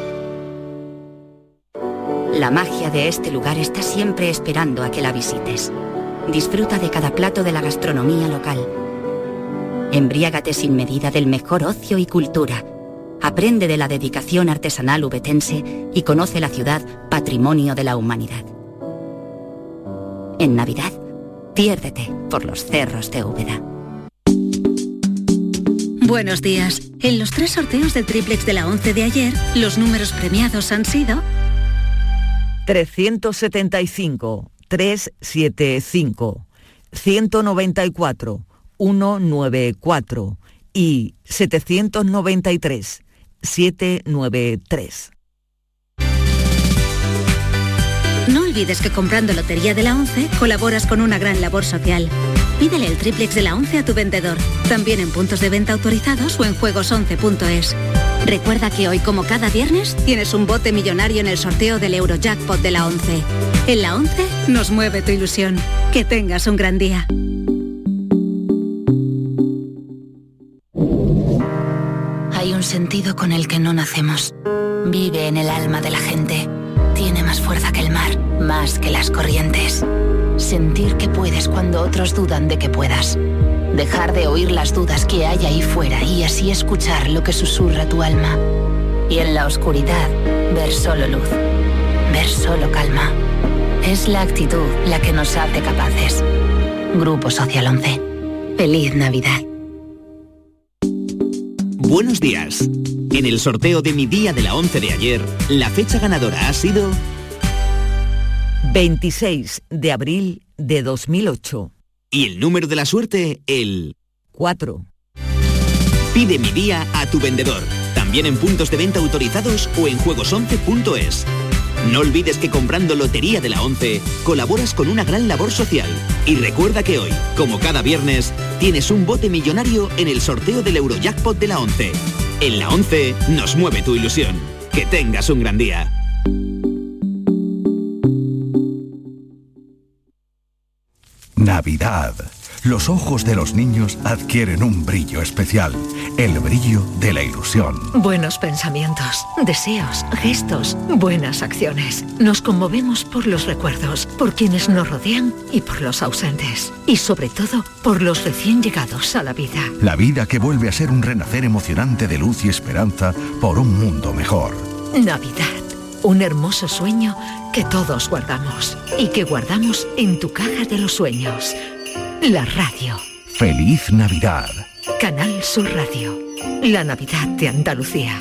Speaker 14: La magia de este lugar está siempre esperando a que la visites. Disfruta de cada plato de la gastronomía local. Embriágate sin medida del mejor ocio y cultura. Aprende de la dedicación artesanal ubetense y conoce la ciudad patrimonio de la humanidad. En Navidad, piérdete por los cerros de Úbeda.
Speaker 15: Buenos días. En los tres sorteos del triplex de la ONCE de ayer, los números premiados han sido
Speaker 11: trescientos setenta y cinco, trescientos setenta y cinco, ciento noventa y cuatro, ciento noventa y cuatro y setecientos noventa y tres, setecientos noventa y tres.
Speaker 15: No olvides que comprando Lotería de la ONCE colaboras con una gran labor social. Pídele el triplex de la ONCE a tu vendedor, también en puntos de venta autorizados o en juegos once punto es. Recuerda que hoy, como cada viernes, tienes un bote millonario en el sorteo del Eurojackpot de la ONCE. En la ONCE nos mueve tu ilusión. Que tengas un gran día.
Speaker 14: Hay un sentido con el que no nacemos. Vive en el alma de la gente. Tiene más fuerza que el mar, más que las corrientes. Sentir que puedes cuando otros dudan de que puedas. Dejar de oír las dudas que hay ahí fuera y así escuchar lo que susurra tu alma. Y en la oscuridad, ver solo luz, ver solo calma. Es la actitud la que nos hace capaces. Grupo Social once. Feliz Navidad.
Speaker 21: Buenos días. En el sorteo de mi día de la ONCE de ayer, la fecha ganadora ha sido
Speaker 11: veintiséis de abril de dos mil ocho.
Speaker 21: Y el número de la suerte, el
Speaker 11: cuatro.
Speaker 21: Pide mi día a tu vendedor, también en puntos de venta autorizados o en juegos once punto es. No olvides que comprando Lotería de la ONCE colaboras con una gran labor social. Y recuerda que hoy, como cada viernes, tienes un bote millonario en el sorteo del Eurojackpot de la ONCE. En la ONCE nos mueve tu ilusión. Que tengas un gran día.
Speaker 16: Navidad. Los ojos de los niños adquieren un brillo especial, el brillo de la ilusión.
Speaker 2: Buenos pensamientos, deseos, gestos, buenas acciones. Nos conmovemos por los recuerdos, por quienes nos rodean y por los ausentes. Y sobre todo, por los recién llegados a la vida.
Speaker 16: La vida que vuelve a ser un renacer emocionante de luz y esperanza por un mundo mejor.
Speaker 2: Navidad. Un hermoso sueño que todos guardamos y que guardamos en tu caja de los sueños. La radio.
Speaker 16: ¡Feliz Navidad!
Speaker 2: Canal Sur Radio. La Navidad de Andalucía.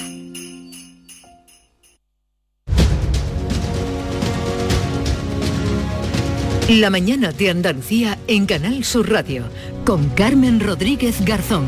Speaker 2: La mañana de Andalucía en Canal Sur Radio, con Carmen Rodríguez Garzón.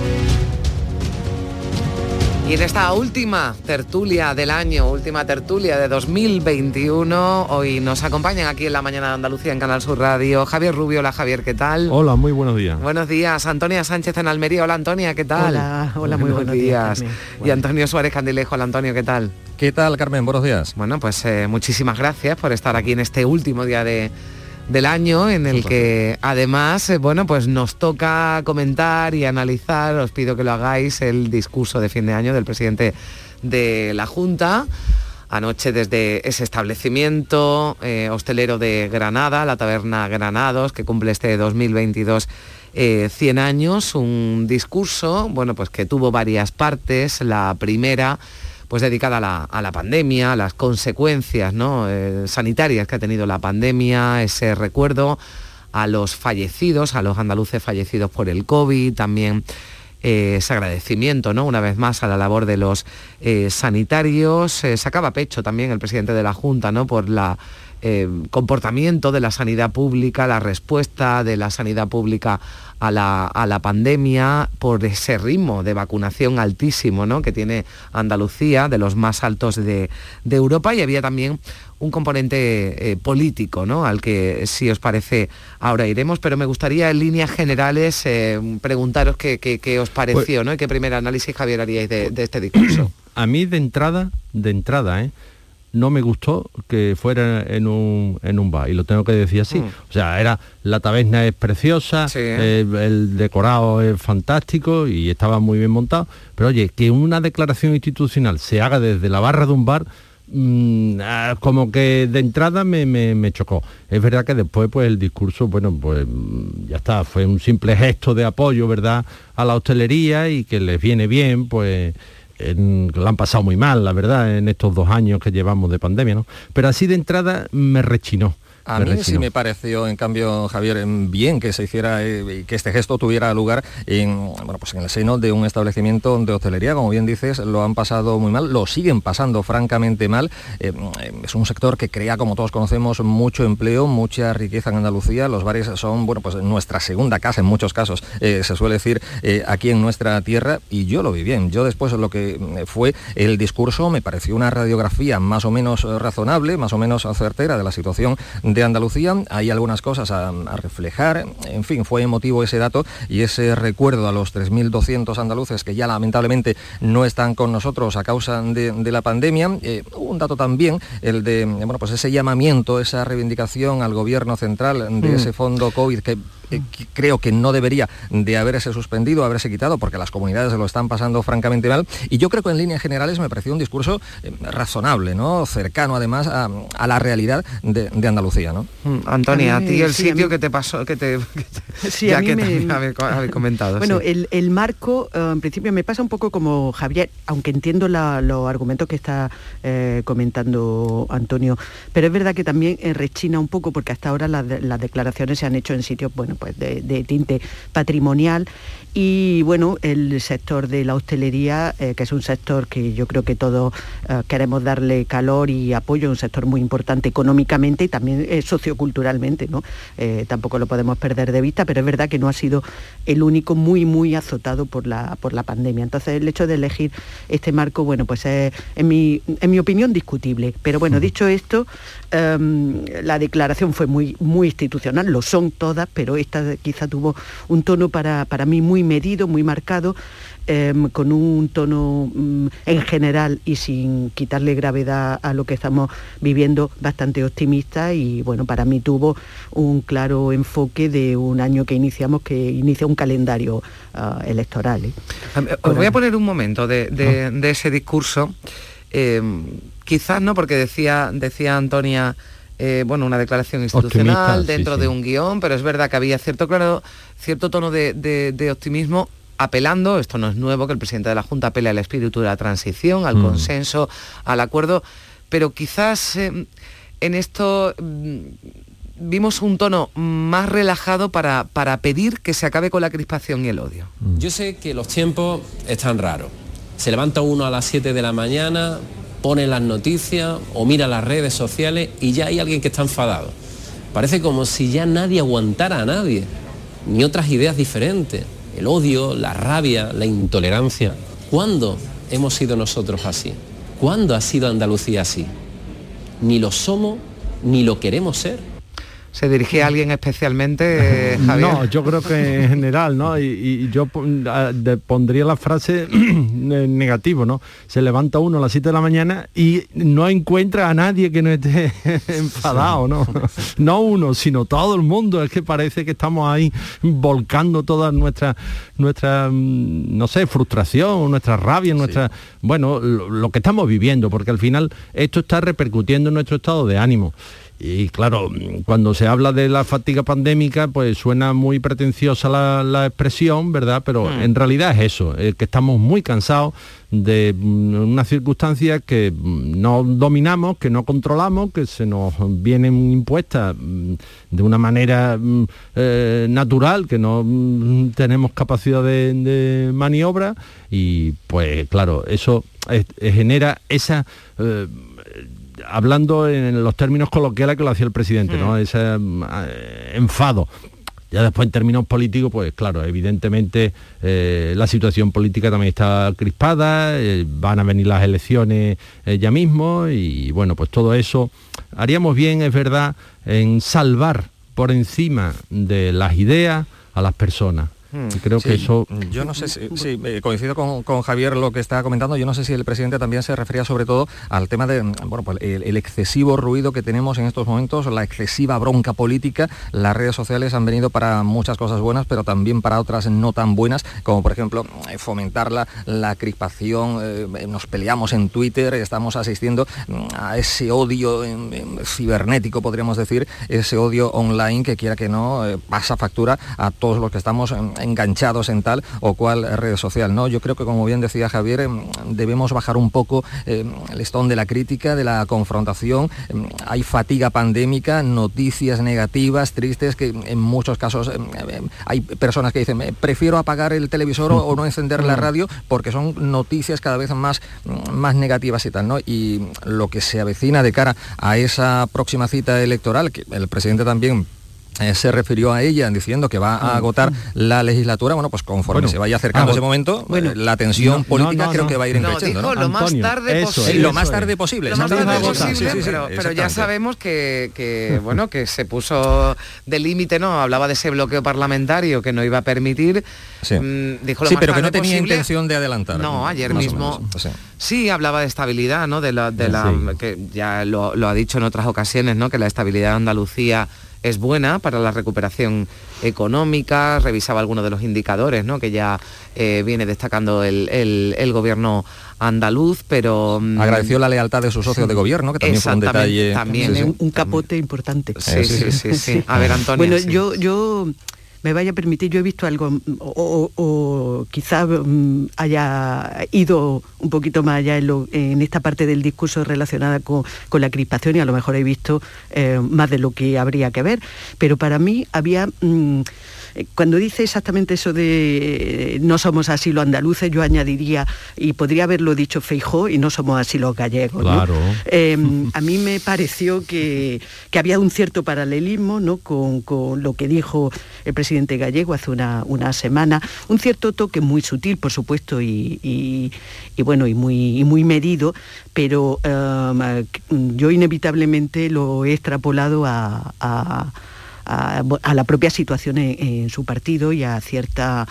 Speaker 1: Y en esta última tertulia del año, última tertulia de dos mil veintiuno, hoy nos acompañan aquí en la mañana de Andalucía en Canal Sur Radio Javier Rubio. Hola Javier, ¿qué tal?
Speaker 4: Hola, muy buenos días.
Speaker 1: Buenos días. Antonia Sánchez en Almería. Hola Antonia, ¿qué tal?
Speaker 17: Hola, hola, muy buenos, buenos días. días
Speaker 1: y Antonio Suárez Candilejo. Hola Antonio, ¿qué tal?
Speaker 18: ¿Qué tal, Carmen? Buenos días.
Speaker 1: Bueno, pues eh, muchísimas gracias por estar aquí en este último día de... del año en el que además eh, bueno pues nos toca comentar y analizar. Os pido que lo hagáis, el discurso de fin de año del presidente de la Junta anoche desde ese establecimiento eh, hostelero de Granada, la taberna Granados, que cumple este dos mil veintidós eh, cien años. Un discurso bueno pues que tuvo varias partes. La primera pues dedicada a la, a la pandemia, a las consecuencias, ¿no? eh, sanitarias que ha tenido la pandemia, ese recuerdo a los fallecidos, a los andaluces fallecidos por el COVID, también eh, ese agradecimiento, ¿no? Una vez más a la labor de los eh, sanitarios. Eh, sacaba pecho también el presidente de la Junta, ¿no? Por la eh, comportamiento de la sanidad pública, la respuesta de la sanidad pública a la, a la pandemia, por ese ritmo de vacunación altísimo, ¿no? que tiene Andalucía, de los más altos de, de Europa. Y había también un componente eh, político, ¿no? al que, si os parece, ahora iremos, pero me gustaría en líneas generales eh, preguntaros qué, qué, qué os pareció, pues, ¿no? y qué primer análisis, Javier, haríais de, de este discurso.
Speaker 4: A mí de entrada, de entrada, ¿eh? no me gustó que fuera en un, en un bar, y lo tengo que decir así. Mm. O sea, era la taberna es preciosa, sí. eh, el decorado es fantástico y estaba muy bien montado, pero oye, que una declaración institucional se haga desde la barra de un bar, mmm, como que de entrada me, me, me chocó. Es verdad que después pues el discurso, bueno, pues ya está, fue un simple gesto de apoyo, ¿verdad?, a la hostelería, y que les viene bien, pues... En, lo han pasado muy mal, la verdad, en estos dos años que llevamos de pandemia, ¿no? Pero así de entrada me rechinó.
Speaker 18: A mí sí me pareció, en cambio, Javier, bien que se hiciera, eh, que este gesto tuviera lugar en, bueno, pues en el seno de un establecimiento de hostelería. Como bien dices, lo han pasado muy mal, lo siguen pasando francamente mal. Eh, es un sector que crea, como todos conocemos, mucho empleo, mucha riqueza en Andalucía. Los bares son, bueno, pues nuestra segunda casa en muchos casos, eh, se suele decir, eh, aquí en nuestra tierra, y yo lo vi bien. Yo después lo que fue el discurso me pareció una radiografía más o menos razonable, más o menos certera de la situación de Andalucía. Hay algunas cosas a, a reflejar, en fin, fue emotivo ese dato y ese recuerdo a los tres mil doscientos andaluces que ya lamentablemente no están con nosotros a causa de, de la pandemia. Eh, un dato también, el de, bueno, pues ese llamamiento, esa reivindicación al gobierno central de mm. ese fondo COVID que Eh, creo que no debería de haberse suspendido, haberse quitado, porque las comunidades se lo están pasando francamente mal. Y yo creo que en líneas generales me pareció un discurso eh, razonable, ¿no? Cercano además a, a la realidad de, de Andalucía, ¿no?
Speaker 1: Mm, Antonia, a, mí, a ti el sí, sitio mí... que te pasó, que te, que te sí, ya a mí que me... habéis habéis comentado.
Speaker 17: Bueno,
Speaker 1: sí.
Speaker 17: el, el marco, uh, en principio me pasa un poco como Javier, aunque entiendo la, los argumentos que está eh, comentando Antonio, pero es verdad que también eh, rechina un poco, porque hasta ahora las, las declaraciones se han hecho en sitios, bueno, pues de, de tinte patrimonial, y bueno, el sector de la hostelería, eh, que es un sector que yo creo que todos eh, queremos darle calor y apoyo, un sector muy importante económicamente y también eh, socioculturalmente, ¿no? Eh, tampoco lo podemos perder de vista, pero es verdad que no ha sido el único muy, muy azotado por la, por la pandemia. Entonces, el hecho de elegir este marco, bueno, pues es, en mi, en mi opinión, discutible. Pero bueno, dicho esto, eh, la declaración fue muy, muy institucional, lo son todas, pero esta quizá tuvo un tono para, para mí muy medido, muy marcado, eh, con un tono mm, en general y sin quitarle gravedad a lo que estamos viviendo, bastante optimista, y bueno, para mí tuvo un claro enfoque de un año que iniciamos, que inicia un calendario uh, electoral. ¿eh?
Speaker 1: Os voy a poner un momento de, de, de ese discurso, eh, quizás no, porque decía, decía Antonia, Eh, bueno, una declaración institucional optimista, dentro sí, sí. de un guión, pero es verdad que había cierto, claro, cierto tono de, de, de optimismo, apelando, esto no es nuevo, que el presidente de la Junta apele al espíritu de la transición, al mm. consenso, al acuerdo, pero quizás eh, en esto mm, vimos un tono más relajado para, para pedir que se acabe con la crispación y el odio.
Speaker 19: Mm. Yo sé que los tiempos están raros. Se levanta uno a las siete de la mañana, pone las noticias o mira las redes sociales y ya hay alguien que está enfadado. Parece como si ya nadie aguantara a nadie, ni otras ideas diferentes. El odio, la rabia, la intolerancia. ¿Cuándo hemos sido nosotros así? ¿Cuándo ha sido Andalucía así? Ni lo somos, ni lo queremos ser.
Speaker 1: ¿Se dirigía a alguien especialmente, eh, Javier?
Speaker 4: No, yo creo que en general, ¿no? Y, y yo pondría la frase negativo, ¿no? Se levanta uno a las siete de la mañana y no encuentra a nadie que no esté enfadado, ¿no? No uno, sino todo el mundo. Es que parece que estamos ahí volcando toda nuestra, nuestra no sé, frustración, nuestra rabia, nuestra... Sí. Bueno, lo, lo que estamos viviendo, porque al final esto está repercutiendo en nuestro estado de ánimo. Y claro, cuando se habla de la fatiga pandémica, pues suena muy pretenciosa la, la expresión, ¿verdad? Pero mm. en realidad es eso, es que estamos muy cansados de unas circunstancias que no dominamos, que no controlamos, que se nos vienen impuestas de una manera eh, natural, que no tenemos capacidad de, de maniobra y pues claro, eso es, genera esa... Eh, hablando en los términos coloquiales que lo hacía el presidente, ¿no? Ese eh, enfado. Ya después en términos políticos, pues claro, evidentemente eh, la situación política también está crispada, eh, van a venir las elecciones eh, ya mismo y bueno, pues todo eso haríamos bien, es verdad, en salvar por encima de las ideas a las personas. Y creo
Speaker 18: sí,
Speaker 4: que eso...
Speaker 18: Yo no sé si, sí, coincido con, con Javier lo que está comentando, yo no sé si el presidente también se refería sobre todo al tema de, bueno, pues el, el excesivo ruido que tenemos en estos momentos, la excesiva bronca política. Las redes sociales han venido para muchas cosas buenas, pero también para otras no tan buenas, como por ejemplo fomentar la, la crispación, eh, nos peleamos en Twitter, estamos asistiendo a ese odio en, en cibernético, podríamos decir, ese odio online que quiera que no, eh, pasa factura a todos los que estamos en, enganchados en tal o cual red social, ¿no? Yo creo que, como bien decía Javier, debemos bajar un poco eh, el listón de la crítica, de la confrontación. Hay fatiga pandémica, noticias negativas, tristes, que en muchos casos eh, hay personas que dicen, prefiero apagar el televisor o, o no encender la radio porque son noticias cada vez más, más negativas y tal, ¿no? Y lo que se avecina de cara a esa próxima cita electoral, que el presidente también Eh, se refirió a ella diciendo que va a agotar la legislatura, bueno, pues conforme bueno, se vaya acercando ese momento, bueno, eh, la tensión no, política no, no, creo no. que va a ir increciendo,
Speaker 1: no, dijo, ¿no? Lo más tarde
Speaker 18: eso,
Speaker 1: posible.
Speaker 18: Sí, lo más tarde posible.
Speaker 1: Lo más tarde posible, sí, sí, sí, pero, pero ya sabemos que, que, bueno, que se puso de límite, ¿no? Hablaba de ese bloqueo parlamentario que no iba a permitir.
Speaker 18: Sí,
Speaker 1: mmm, dijo lo
Speaker 18: sí
Speaker 1: más
Speaker 18: pero
Speaker 1: tarde
Speaker 18: que no tenía
Speaker 1: posible.
Speaker 18: intención de adelantar.
Speaker 1: No, ayer mismo o sea. sí hablaba de estabilidad, ¿no? De la, de la sí. que ya lo, lo ha dicho en otras ocasiones, ¿no? Que la estabilidad de Andalucía es buena para la recuperación económica, revisaba algunos de los indicadores, ¿no? Que ya eh, viene destacando el, el, el gobierno andaluz, pero...
Speaker 18: Agradeció la lealtad de sus socios sí. de gobierno, que también fue un detalle...
Speaker 17: También,
Speaker 18: sí, sí.
Speaker 17: Un, un capote importante.
Speaker 1: Sí, sí, sí. sí, sí. A ver, Antonio.
Speaker 17: Bueno,
Speaker 1: sí.
Speaker 17: yo... yo... me vaya a permitir, yo he visto algo, o, o, o quizá um, haya ido un poquito más allá en, lo, en esta parte del discurso relacionada con, con la crispación y a lo mejor he visto eh, más de lo que habría que ver, pero para mí había... Um, cuando dice exactamente eso de no somos así los andaluces, yo añadiría, y podría haberlo dicho Feijóo, y no somos así los gallegos,
Speaker 4: claro.
Speaker 17: ¿no? Eh, a mí me pareció que, que había un cierto paralelismo, ¿no? con, con lo que dijo el presidente gallego hace una, una semana, un cierto toque muy sutil, por supuesto, y, y, y bueno, y muy, y muy medido, pero um, yo inevitablemente lo he extrapolado a... a A, a la propia situación en, en su partido y a ciertas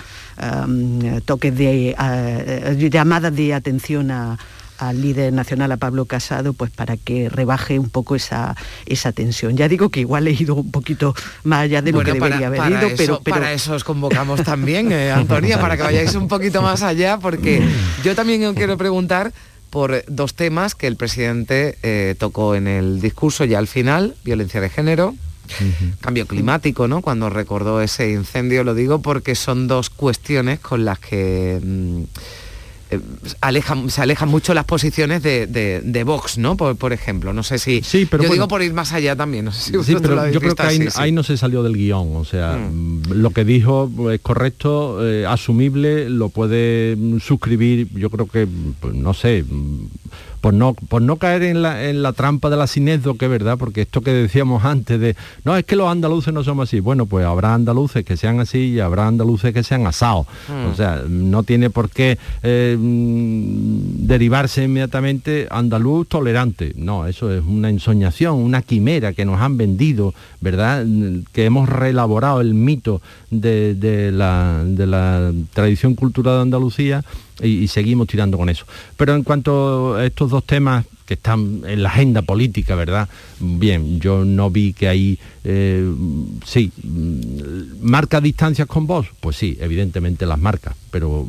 Speaker 17: um, toques de a, llamadas de atención a, al líder nacional, a Pablo Casado, pues para que rebaje un poco esa, esa tensión. Ya digo que igual he ido un poquito más allá de lo bueno, que debería para, haber
Speaker 1: para
Speaker 17: ido,
Speaker 1: eso,
Speaker 17: pero, pero...
Speaker 1: Para eso os convocamos también, eh, Antonia, para que vayáis un poquito más allá, porque yo también os quiero preguntar por dos temas que el presidente eh, tocó en el discurso ya al final: violencia de género, Uh-huh. cambio climático, ¿no? Cuando recordó ese incendio, lo digo porque son dos cuestiones con las que eh, alejan, se alejan mucho las posiciones de, de, de Vox, ¿no? Por, por ejemplo, no sé si...
Speaker 4: Sí, pero
Speaker 1: yo
Speaker 4: bueno,
Speaker 1: digo por ir más allá también, no sé si
Speaker 4: sí, pero
Speaker 1: lo
Speaker 4: yo creo que ahí,
Speaker 1: así, sí.
Speaker 4: ahí no se salió del guión, o sea, mm. lo que dijo es correcto, eh, asumible, lo puede suscribir, yo creo que, pues, no sé... Por no, por no caer en la, en la trampa de la sinécdoque, ¿verdad? Porque esto que decíamos antes de, no, es que los andaluces no somos así. Bueno, pues habrá andaluces que sean así y habrá andaluces que sean asados. Mm. O sea, no tiene por qué eh, derivarse inmediatamente andaluz tolerante. No, eso es una ensoñación, una quimera que nos han vendido, ¿verdad? Que hemos reelaborado el mito de, de, la, de la tradición cultural de Andalucía y, y seguimos tirando con eso. Pero en cuanto a estos dos temas que están en la agenda política, ¿verdad? Bien, yo no vi que ahí, eh, sí, marca distancias con vos, pues sí, evidentemente las marca, pero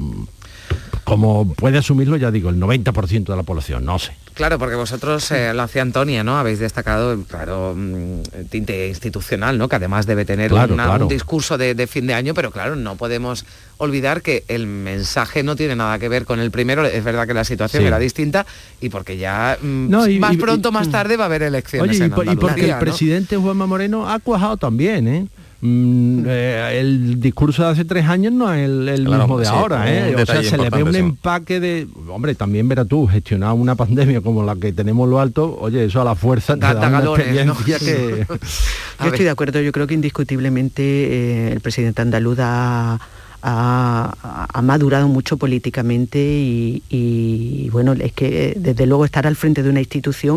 Speaker 4: como puede asumirlo, ya digo, el noventa por ciento de la población, no sé.
Speaker 1: Claro, porque vosotros, eh, lo hacía Antonia, ¿no? Habéis destacado, claro, tinte institucional, ¿no? Que además debe tener
Speaker 4: claro,
Speaker 1: una,
Speaker 4: claro.
Speaker 1: un discurso de, de fin de año, pero claro, no podemos olvidar que el mensaje no tiene nada que ver con el primero. Es verdad que la situación sí. era distinta y porque ya no, y, más y, pronto, y, más tarde va a haber elecciones.
Speaker 4: Oye,
Speaker 1: en
Speaker 4: y, y porque el
Speaker 1: ¿no?
Speaker 4: presidente Juanma Moreno ha cuajado también, ¿eh? Mm, eh, el discurso de hace tres años no es el, el claro, mismo de sí, ahora, ¿eh? O sea, se le ve un eso. empaque de... Hombre, también verás tú, gestionar una pandemia como la que tenemos lo alto, oye, eso a la fuerza
Speaker 1: da, te da, da una galones, ¿no?
Speaker 4: que...
Speaker 17: Yo estoy de acuerdo, yo creo que indiscutiblemente eh, el presidente andaluz ha... Ha, ha madurado mucho políticamente y, y bueno, es que desde luego estar al frente de una institución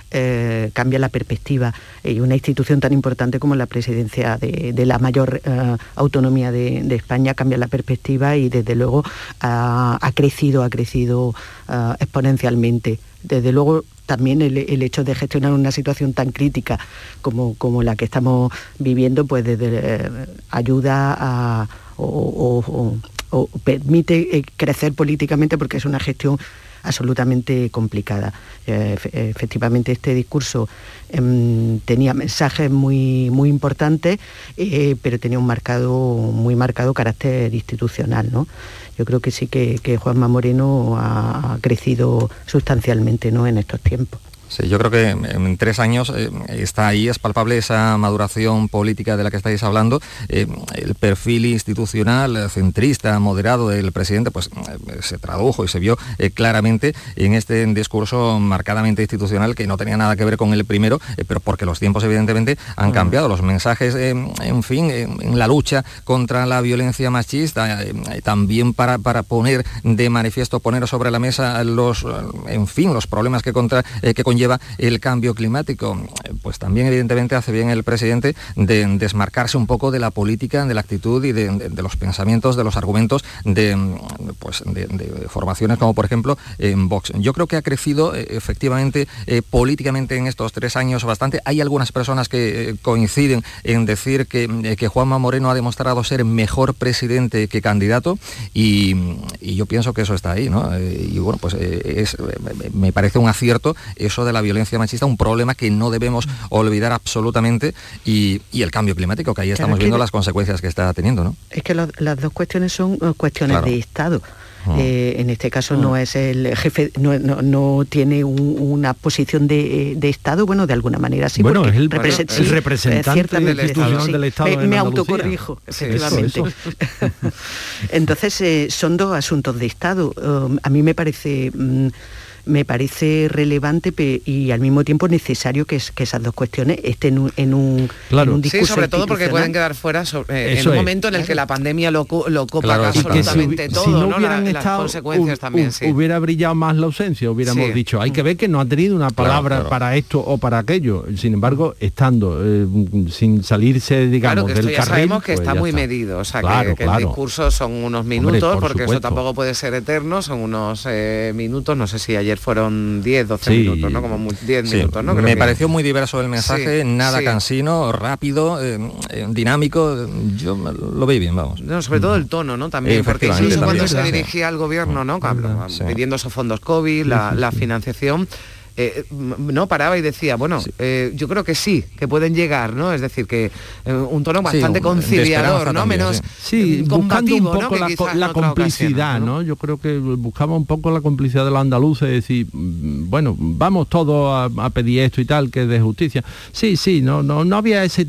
Speaker 17: eh, cambia la perspectiva, y una institución tan importante como la presidencia de, de la mayor eh, autonomía de, de España cambia la perspectiva y desde luego ha, ha crecido, ha crecido uh, exponencialmente. Desde luego también el, el hecho de gestionar una situación tan crítica como, como la que estamos viviendo, pues desde, eh, ayuda a O, o, o, o permite crecer políticamente porque es una gestión absolutamente complicada. Eh, efectivamente este discurso eh, tenía mensajes muy, muy importantes, eh, pero tenía un marcado, muy marcado carácter institucional, ¿no? Yo creo que sí que, que Juanma Moreno ha crecido sustancialmente, ¿no?, en estos tiempos.
Speaker 18: Sí, yo creo que en tres años eh, está ahí, es palpable esa maduración política de la que estáis hablando. Eh, el perfil institucional, centrista, moderado del presidente, pues eh, se tradujo y se vio eh, claramente en este discurso marcadamente institucional que no tenía nada que ver con el primero, eh, pero porque los tiempos evidentemente han mm. cambiado. Los mensajes, eh, en fin, eh, en la lucha contra la violencia machista, eh, también para, para poner de manifiesto, poner sobre la mesa los, en fin, los problemas que, contra, eh, que conlleva el cambio climático, pues también evidentemente hace bien el presidente de desmarcarse un poco de la política, de la actitud y de, de, de los pensamientos, de los argumentos de, pues, de, de formaciones como por ejemplo en Vox. Yo creo que ha crecido eh, efectivamente eh, políticamente en estos tres años bastante. Hay algunas personas que eh, coinciden en decir que, eh, que Juanma Moreno ha demostrado ser mejor presidente que candidato y, y yo pienso que eso está ahí, ¿no? Eh, y bueno, pues eh, es, me parece un acierto eso de la violencia machista, un problema que no debemos olvidar absolutamente, y, y el cambio climático, que ahí estamos viendo las consecuencias que está teniendo, ¿no?
Speaker 17: Es que lo, las dos cuestiones son cuestiones claro. de Estado. Oh. Eh, en este caso oh. no es el jefe, no, no, no tiene un, una posición de, de Estado, bueno, de alguna manera sí,
Speaker 4: bueno,
Speaker 17: porque
Speaker 4: es el,
Speaker 17: represent,
Speaker 4: el representante del Estado,
Speaker 17: sí,
Speaker 4: del Estado
Speaker 17: me, me autocorrijo, efectivamente. Eso, eso. Entonces eh, son dos asuntos de Estado. Um, a mí me parece... Um, me parece relevante y al mismo tiempo necesario que, es, que esas dos cuestiones estén en un, en un,
Speaker 4: claro.
Speaker 17: en un discurso.
Speaker 1: Sí, sobre todo porque pueden quedar fuera sobre, eh, en un es. momento en el que la pandemia lo, lo copa claro, absolutamente si, todo, si no, ¿no? La, estado, las consecuencias uh, también, uh, sí.
Speaker 4: Hubiera brillado más la ausencia, hubiéramos sí. dicho, hay que ver que no ha tenido una palabra claro, claro. para esto o para aquello. Sin embargo, estando, eh, sin salirse, digamos,
Speaker 1: claro, que
Speaker 4: del
Speaker 1: esto ya
Speaker 4: carril,
Speaker 1: sabemos que
Speaker 4: pues
Speaker 1: está muy
Speaker 4: está.
Speaker 1: medido, o sea,
Speaker 4: claro,
Speaker 1: que, que
Speaker 4: claro.
Speaker 1: el discurso son unos minutos,
Speaker 4: Hombre, por
Speaker 1: porque
Speaker 4: supuesto.
Speaker 1: eso tampoco puede ser eterno, son unos eh, minutos, no sé si ayer fueron diez, doce sí. minutos, ¿no? Como diez sí. minutos, ¿no? Creo
Speaker 18: Me
Speaker 1: que...
Speaker 18: pareció muy diverso el mensaje, sí. nada
Speaker 1: sí.
Speaker 18: cansino, rápido, eh, eh, dinámico, yo lo veí bien, vamos.
Speaker 1: No, sobre todo el tono, ¿no? También,
Speaker 18: eh,
Speaker 1: porque incluso
Speaker 18: también.
Speaker 1: cuando se dirigía al gobierno, ¿no?
Speaker 18: Sí.
Speaker 1: Pidiendo esos fondos COVID, la, la financiación, eh, no paraba y decía, bueno, sí. eh, yo creo que sí, que pueden llegar, ¿no? Es decir, que eh, un tono bastante sí, un, conciliador, ¿no?
Speaker 4: También,
Speaker 1: menos
Speaker 4: sí,
Speaker 1: eh,
Speaker 4: buscando un poco
Speaker 1: ¿no?
Speaker 4: la, co la complicidad, ¿no? ¿no? Yo creo que buscaba un poco la complicidad de los andaluces, es decir, bueno, vamos todos a, a pedir esto y tal, que es de justicia. Sí, sí, no, no, no había ese,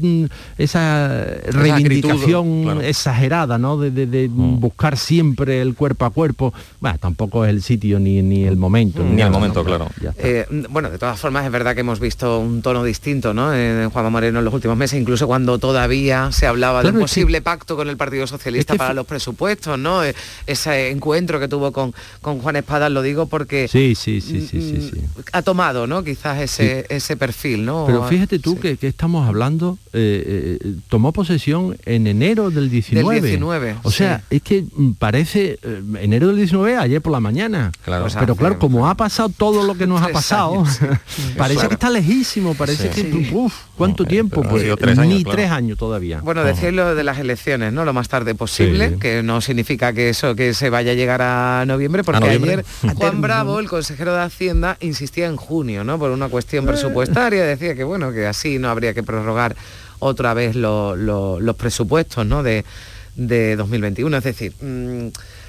Speaker 4: esa reivindicación claro. exagerada, ¿no? De, de, de mm. buscar siempre el cuerpo a cuerpo. Bueno, tampoco es el sitio ni, ni el momento.
Speaker 18: Ni,
Speaker 4: ni
Speaker 18: el
Speaker 4: nada,
Speaker 18: momento,
Speaker 4: ¿no?
Speaker 18: claro.
Speaker 1: Eh, bueno, de todas formas es verdad que hemos visto un tono distinto, ¿no? En Juanma Moreno en los últimos meses, incluso cuando todavía se hablaba claro, de un posible que, pacto con el Partido Socialista es que para los presupuestos, ¿no? Ese encuentro que tuvo con, con Juan Espadas, lo digo porque
Speaker 4: sí, sí, sí, sí, sí, sí.
Speaker 1: ha tomado, ¿no? Quizás ese, sí. ese perfil, ¿no?
Speaker 4: Pero fíjate tú sí. que, que estamos hablando, eh, eh, tomó posesión en enero del diecinueve.
Speaker 1: Del diecinueve,
Speaker 4: o sea, sí. es que parece eh, enero del diecinueve, ayer por la mañana. Claro. Pero hace, claro, como ha pasado todo lo que nos ha pasado, años, sí. parece claro. que está lejísimo, parece sí. que, sí. uff, ¿cuánto no, tiempo? Pues tres años, ni claro. tres años todavía.
Speaker 1: Bueno, uh-huh. decir lo de las elecciones, ¿no? Lo más tarde posible, sí. que no significa que eso, que se vaya a llegar a noviembre, porque ¿A noviembre? ayer Juan Bravo, el consejero de Hacienda, insistía en junio, ¿no? Por una cuestión presupuestaria, decía que bueno, que así no habría que prorrogar otra vez lo, lo, los presupuestos, ¿no? De, de dos mil veintiuno, es decir... Mmm,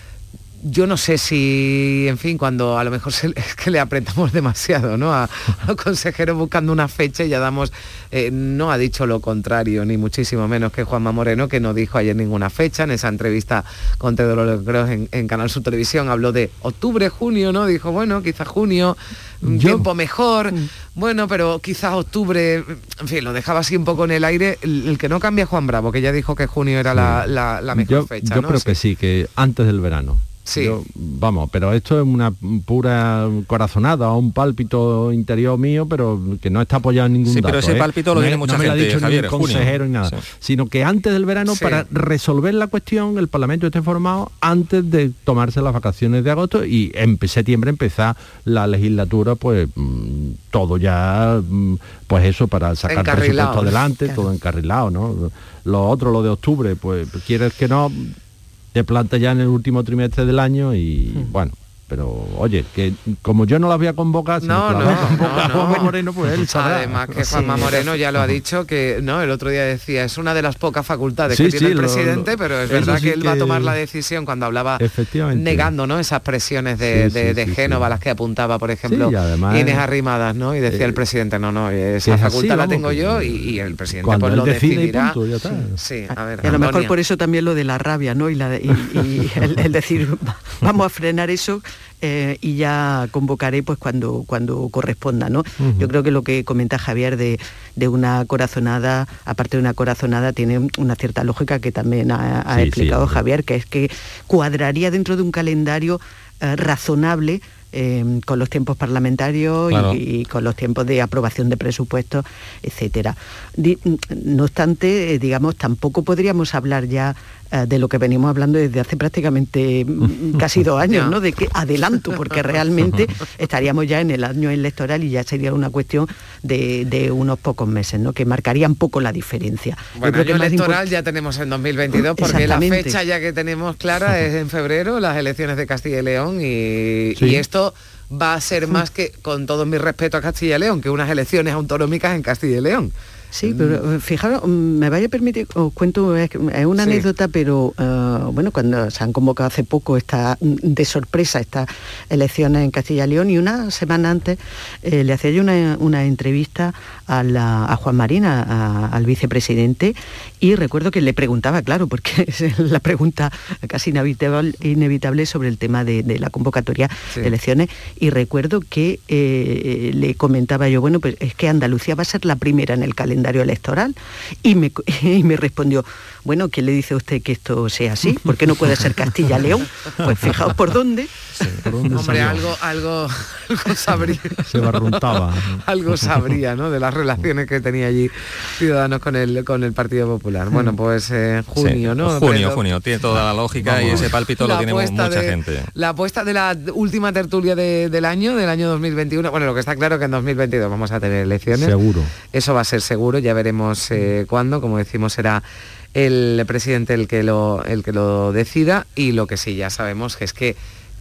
Speaker 1: yo no sé si, en fin, cuando a lo mejor se, es que le apretamos demasiado, ¿no? A, a los consejeros buscando una fecha y ya damos, eh, no ha dicho lo contrario, ni muchísimo menos que Juanma Moreno, que no dijo ayer ninguna fecha. En esa entrevista con Teodoro Kroos en, en Canal Sur Televisión habló de octubre, junio, ¿no? Dijo, bueno, quizás junio, un yo... tiempo mejor, mm. bueno, pero quizás octubre, en fin, lo dejaba así un poco en el aire. El, el que no cambia es Juan Bravo, que ya dijo que junio era sí. la, la, la mejor
Speaker 4: yo,
Speaker 1: fecha,
Speaker 4: Yo
Speaker 1: ¿no?
Speaker 4: creo
Speaker 1: sí.
Speaker 4: que sí, que antes del verano. Sí. Yo, vamos, pero esto es una pura corazonada o un pálpito interior mío, pero que no está apoyado en ningún
Speaker 18: sí,
Speaker 4: dato.
Speaker 18: Pero ese
Speaker 4: ¿eh?
Speaker 18: pálpito lo tiene
Speaker 4: no,
Speaker 18: mucha
Speaker 4: no
Speaker 18: gente,
Speaker 4: me lo ha dicho
Speaker 18: Javier,
Speaker 4: ni un consejero ni nada, sí. sino que antes del verano, sí. para resolver la cuestión, el Parlamento esté formado antes de tomarse las vacaciones de agosto y en septiembre empezar la legislatura, pues todo ya, pues eso, para sacar presupuesto adelante, claro. todo encarrilado, ¿no? Lo otro, lo de octubre, pues quieres que no... te planta ya en el último trimestre del año y mm. bueno, pero oye, que como yo no las voy a convocar, si
Speaker 1: no, no,
Speaker 4: no, convocar
Speaker 1: no,
Speaker 4: Juanma Moreno, pues él sabrá.
Speaker 1: Además que Juanma Moreno ya lo ha dicho, que no, el otro día decía, es una de las pocas facultades sí, que tiene sí, el presidente, lo, lo, pero es verdad sí que él que... va a tomar la decisión cuando hablaba negando, ¿no? Esas presiones de, sí, de, de sí, Génova, sí. las que apuntaba, por ejemplo, sí, además, Inés Arrimadas, ¿no? Y decía eh, el presidente, no, no, esa facultad así, la tengo vamos, yo y, y el presidente pues lo decidirá.
Speaker 4: Punto, ya está.
Speaker 1: Sí, a ver,
Speaker 17: y a lo mejor por eso también lo de la rabia, ¿no? Y, la de, y, y el, el decir, vamos a frenar eso. Eh, y ya convocaré pues cuando cuando corresponda, ¿no? Uh-huh. Yo creo que lo que comenta Javier de, de una corazonada, aparte de una corazonada, tiene una cierta lógica que también ha, ha sí, explicado sí, Javier, que es que cuadraría dentro de un calendario eh, razonable eh, con los tiempos parlamentarios claro. y, y con los tiempos de aprobación de presupuestos, etcétera. Di, no obstante, eh, digamos, tampoco podríamos hablar ya de lo que venimos hablando desde hace prácticamente casi dos años, ¿no? De que adelanto, porque realmente estaríamos ya en el año electoral y ya sería una cuestión de, de unos pocos meses, ¿no? Que marcaría un poco la diferencia.
Speaker 1: Bueno, el año electoral ya tenemos en dos mil veintidós, porque la fecha ya que tenemos clara es en febrero, las elecciones de Castilla y León, y, sí. y esto va a ser más que, con todo mi respeto a Castilla y León, que unas elecciones autonómicas en Castilla y León.
Speaker 17: Sí, pero fijaros, me vaya a permitir, os cuento, es una sí. anécdota, pero uh, bueno, cuando se han convocado hace poco esta, de sorpresa estas elecciones en Castilla y León, y una semana antes eh, le hacía yo una, una entrevista a, la, a Juan Marín, a, a, al vicepresidente, y recuerdo que le preguntaba, claro, porque es la pregunta casi inevitable, inevitable sobre el tema de, de la convocatoria sí. de elecciones, y recuerdo que eh, le comentaba yo, bueno, pues es que Andalucía va a ser la primera en el calendario electoral, y me, y me respondió, bueno, ¿quién le dice a usted que esto sea así? ¿Por qué no puede ser Castilla-León? Pues fijaos por dónde.
Speaker 4: Sí, ¿por dónde
Speaker 1: Hombre, algo, algo, algo sabría.
Speaker 4: Se barruntaba.
Speaker 1: Algo sabría, ¿no? De las relaciones que tenía allí Ciudadanos con el con el Partido Popular. Bueno, pues eh, junio,
Speaker 18: sí,
Speaker 1: ¿no?
Speaker 18: Junio,
Speaker 1: Pero,
Speaker 18: junio, tiene toda la lógica. Vamos, y ese pálpito lo tiene mucha
Speaker 1: de,
Speaker 18: gente.
Speaker 1: La apuesta de la última tertulia de, del año, del año dos mil veintiuno. Bueno, lo que está claro es que en dos mil veintidós vamos a tener elecciones.
Speaker 4: Seguro.
Speaker 1: Eso va a ser seguro, ya veremos eh, cuándo, como decimos, será el presidente el que lo el que lo decida, y lo que sí ya sabemos es que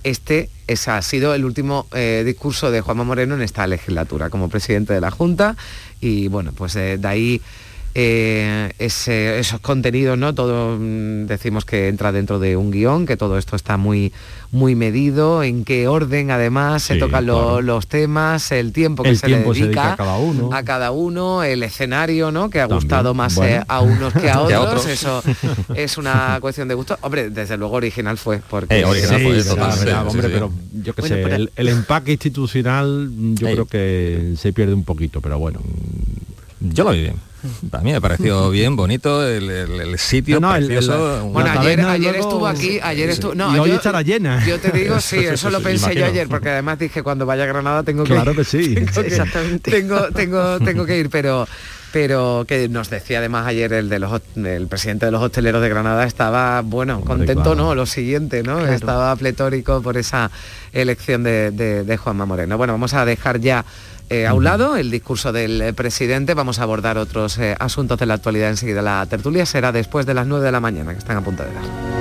Speaker 1: este ese ha sido el último eh, discurso de Juanma Moreno en esta legislatura como presidente de la Junta, y bueno, pues eh, de ahí eh, ese, esos contenidos, ¿no? Todo mm, decimos que entra dentro de un guión, que todo esto está muy, muy medido, en qué orden además se
Speaker 4: Sí,
Speaker 1: tocan lo-
Speaker 4: claro.
Speaker 1: los temas, el tiempo que
Speaker 4: El
Speaker 1: se
Speaker 4: tiempo
Speaker 1: le
Speaker 4: se
Speaker 1: dedica,
Speaker 4: dedica a cada uno.
Speaker 1: a cada uno, el escenario, ¿no? Que ha
Speaker 4: También,
Speaker 1: gustado más
Speaker 4: bueno.
Speaker 1: eh, a unos que a
Speaker 18: Que a
Speaker 1: otros,
Speaker 18: otros.
Speaker 1: eso es una cuestión de gusto. Hombre, desde luego original fue, porque...
Speaker 18: Eh, original
Speaker 4: Sí,
Speaker 18: fue,
Speaker 4: verdad,
Speaker 18: totalmente,
Speaker 4: verdad,
Speaker 18: sí,
Speaker 4: hombre,
Speaker 18: sí.
Speaker 4: pero yo qué
Speaker 17: Bueno,
Speaker 4: sé,
Speaker 17: pero-
Speaker 4: el, el empaque institucional yo
Speaker 18: Ey.
Speaker 4: creo que se pierde un poquito, pero bueno.
Speaker 18: Yo lo vi bien. A mí me pareció bien, bonito, el, el- el sitio
Speaker 4: No, no, el-
Speaker 18: precioso.
Speaker 4: el-
Speaker 18: un-
Speaker 1: Bueno,
Speaker 4: La
Speaker 1: ayer,
Speaker 4: taberna,
Speaker 1: ayer
Speaker 4: luego-
Speaker 1: estuvo aquí, ayer
Speaker 18: Sí.
Speaker 1: estuvo... No,
Speaker 4: Y hoy
Speaker 1: yo-
Speaker 4: estará llena.
Speaker 1: Yo te digo, sí, eso lo
Speaker 4: Sí,
Speaker 1: pensé yo
Speaker 4: imagino.
Speaker 1: ayer, porque además dije, cuando vaya a Granada tengo que...
Speaker 4: Claro que sí.
Speaker 1: tengo que-
Speaker 17: Exactamente.
Speaker 1: Tengo, tengo, tengo que ir, pero... pero que nos decía además ayer el de los host- el presidente de los hosteleros de Granada estaba, bueno,
Speaker 4: Hombre,
Speaker 1: contento,
Speaker 4: claro.
Speaker 1: ¿no? Lo siguiente, ¿no?
Speaker 17: Claro.
Speaker 1: Estaba pletórico por esa elección de, de, de Juanma Moreno. Bueno, vamos a dejar ya eh, a un lado el discurso del eh, presidente, vamos a abordar otros eh, asuntos de la actualidad enseguida. La tertulia será después de las nueve de la mañana, que están a punto de dar.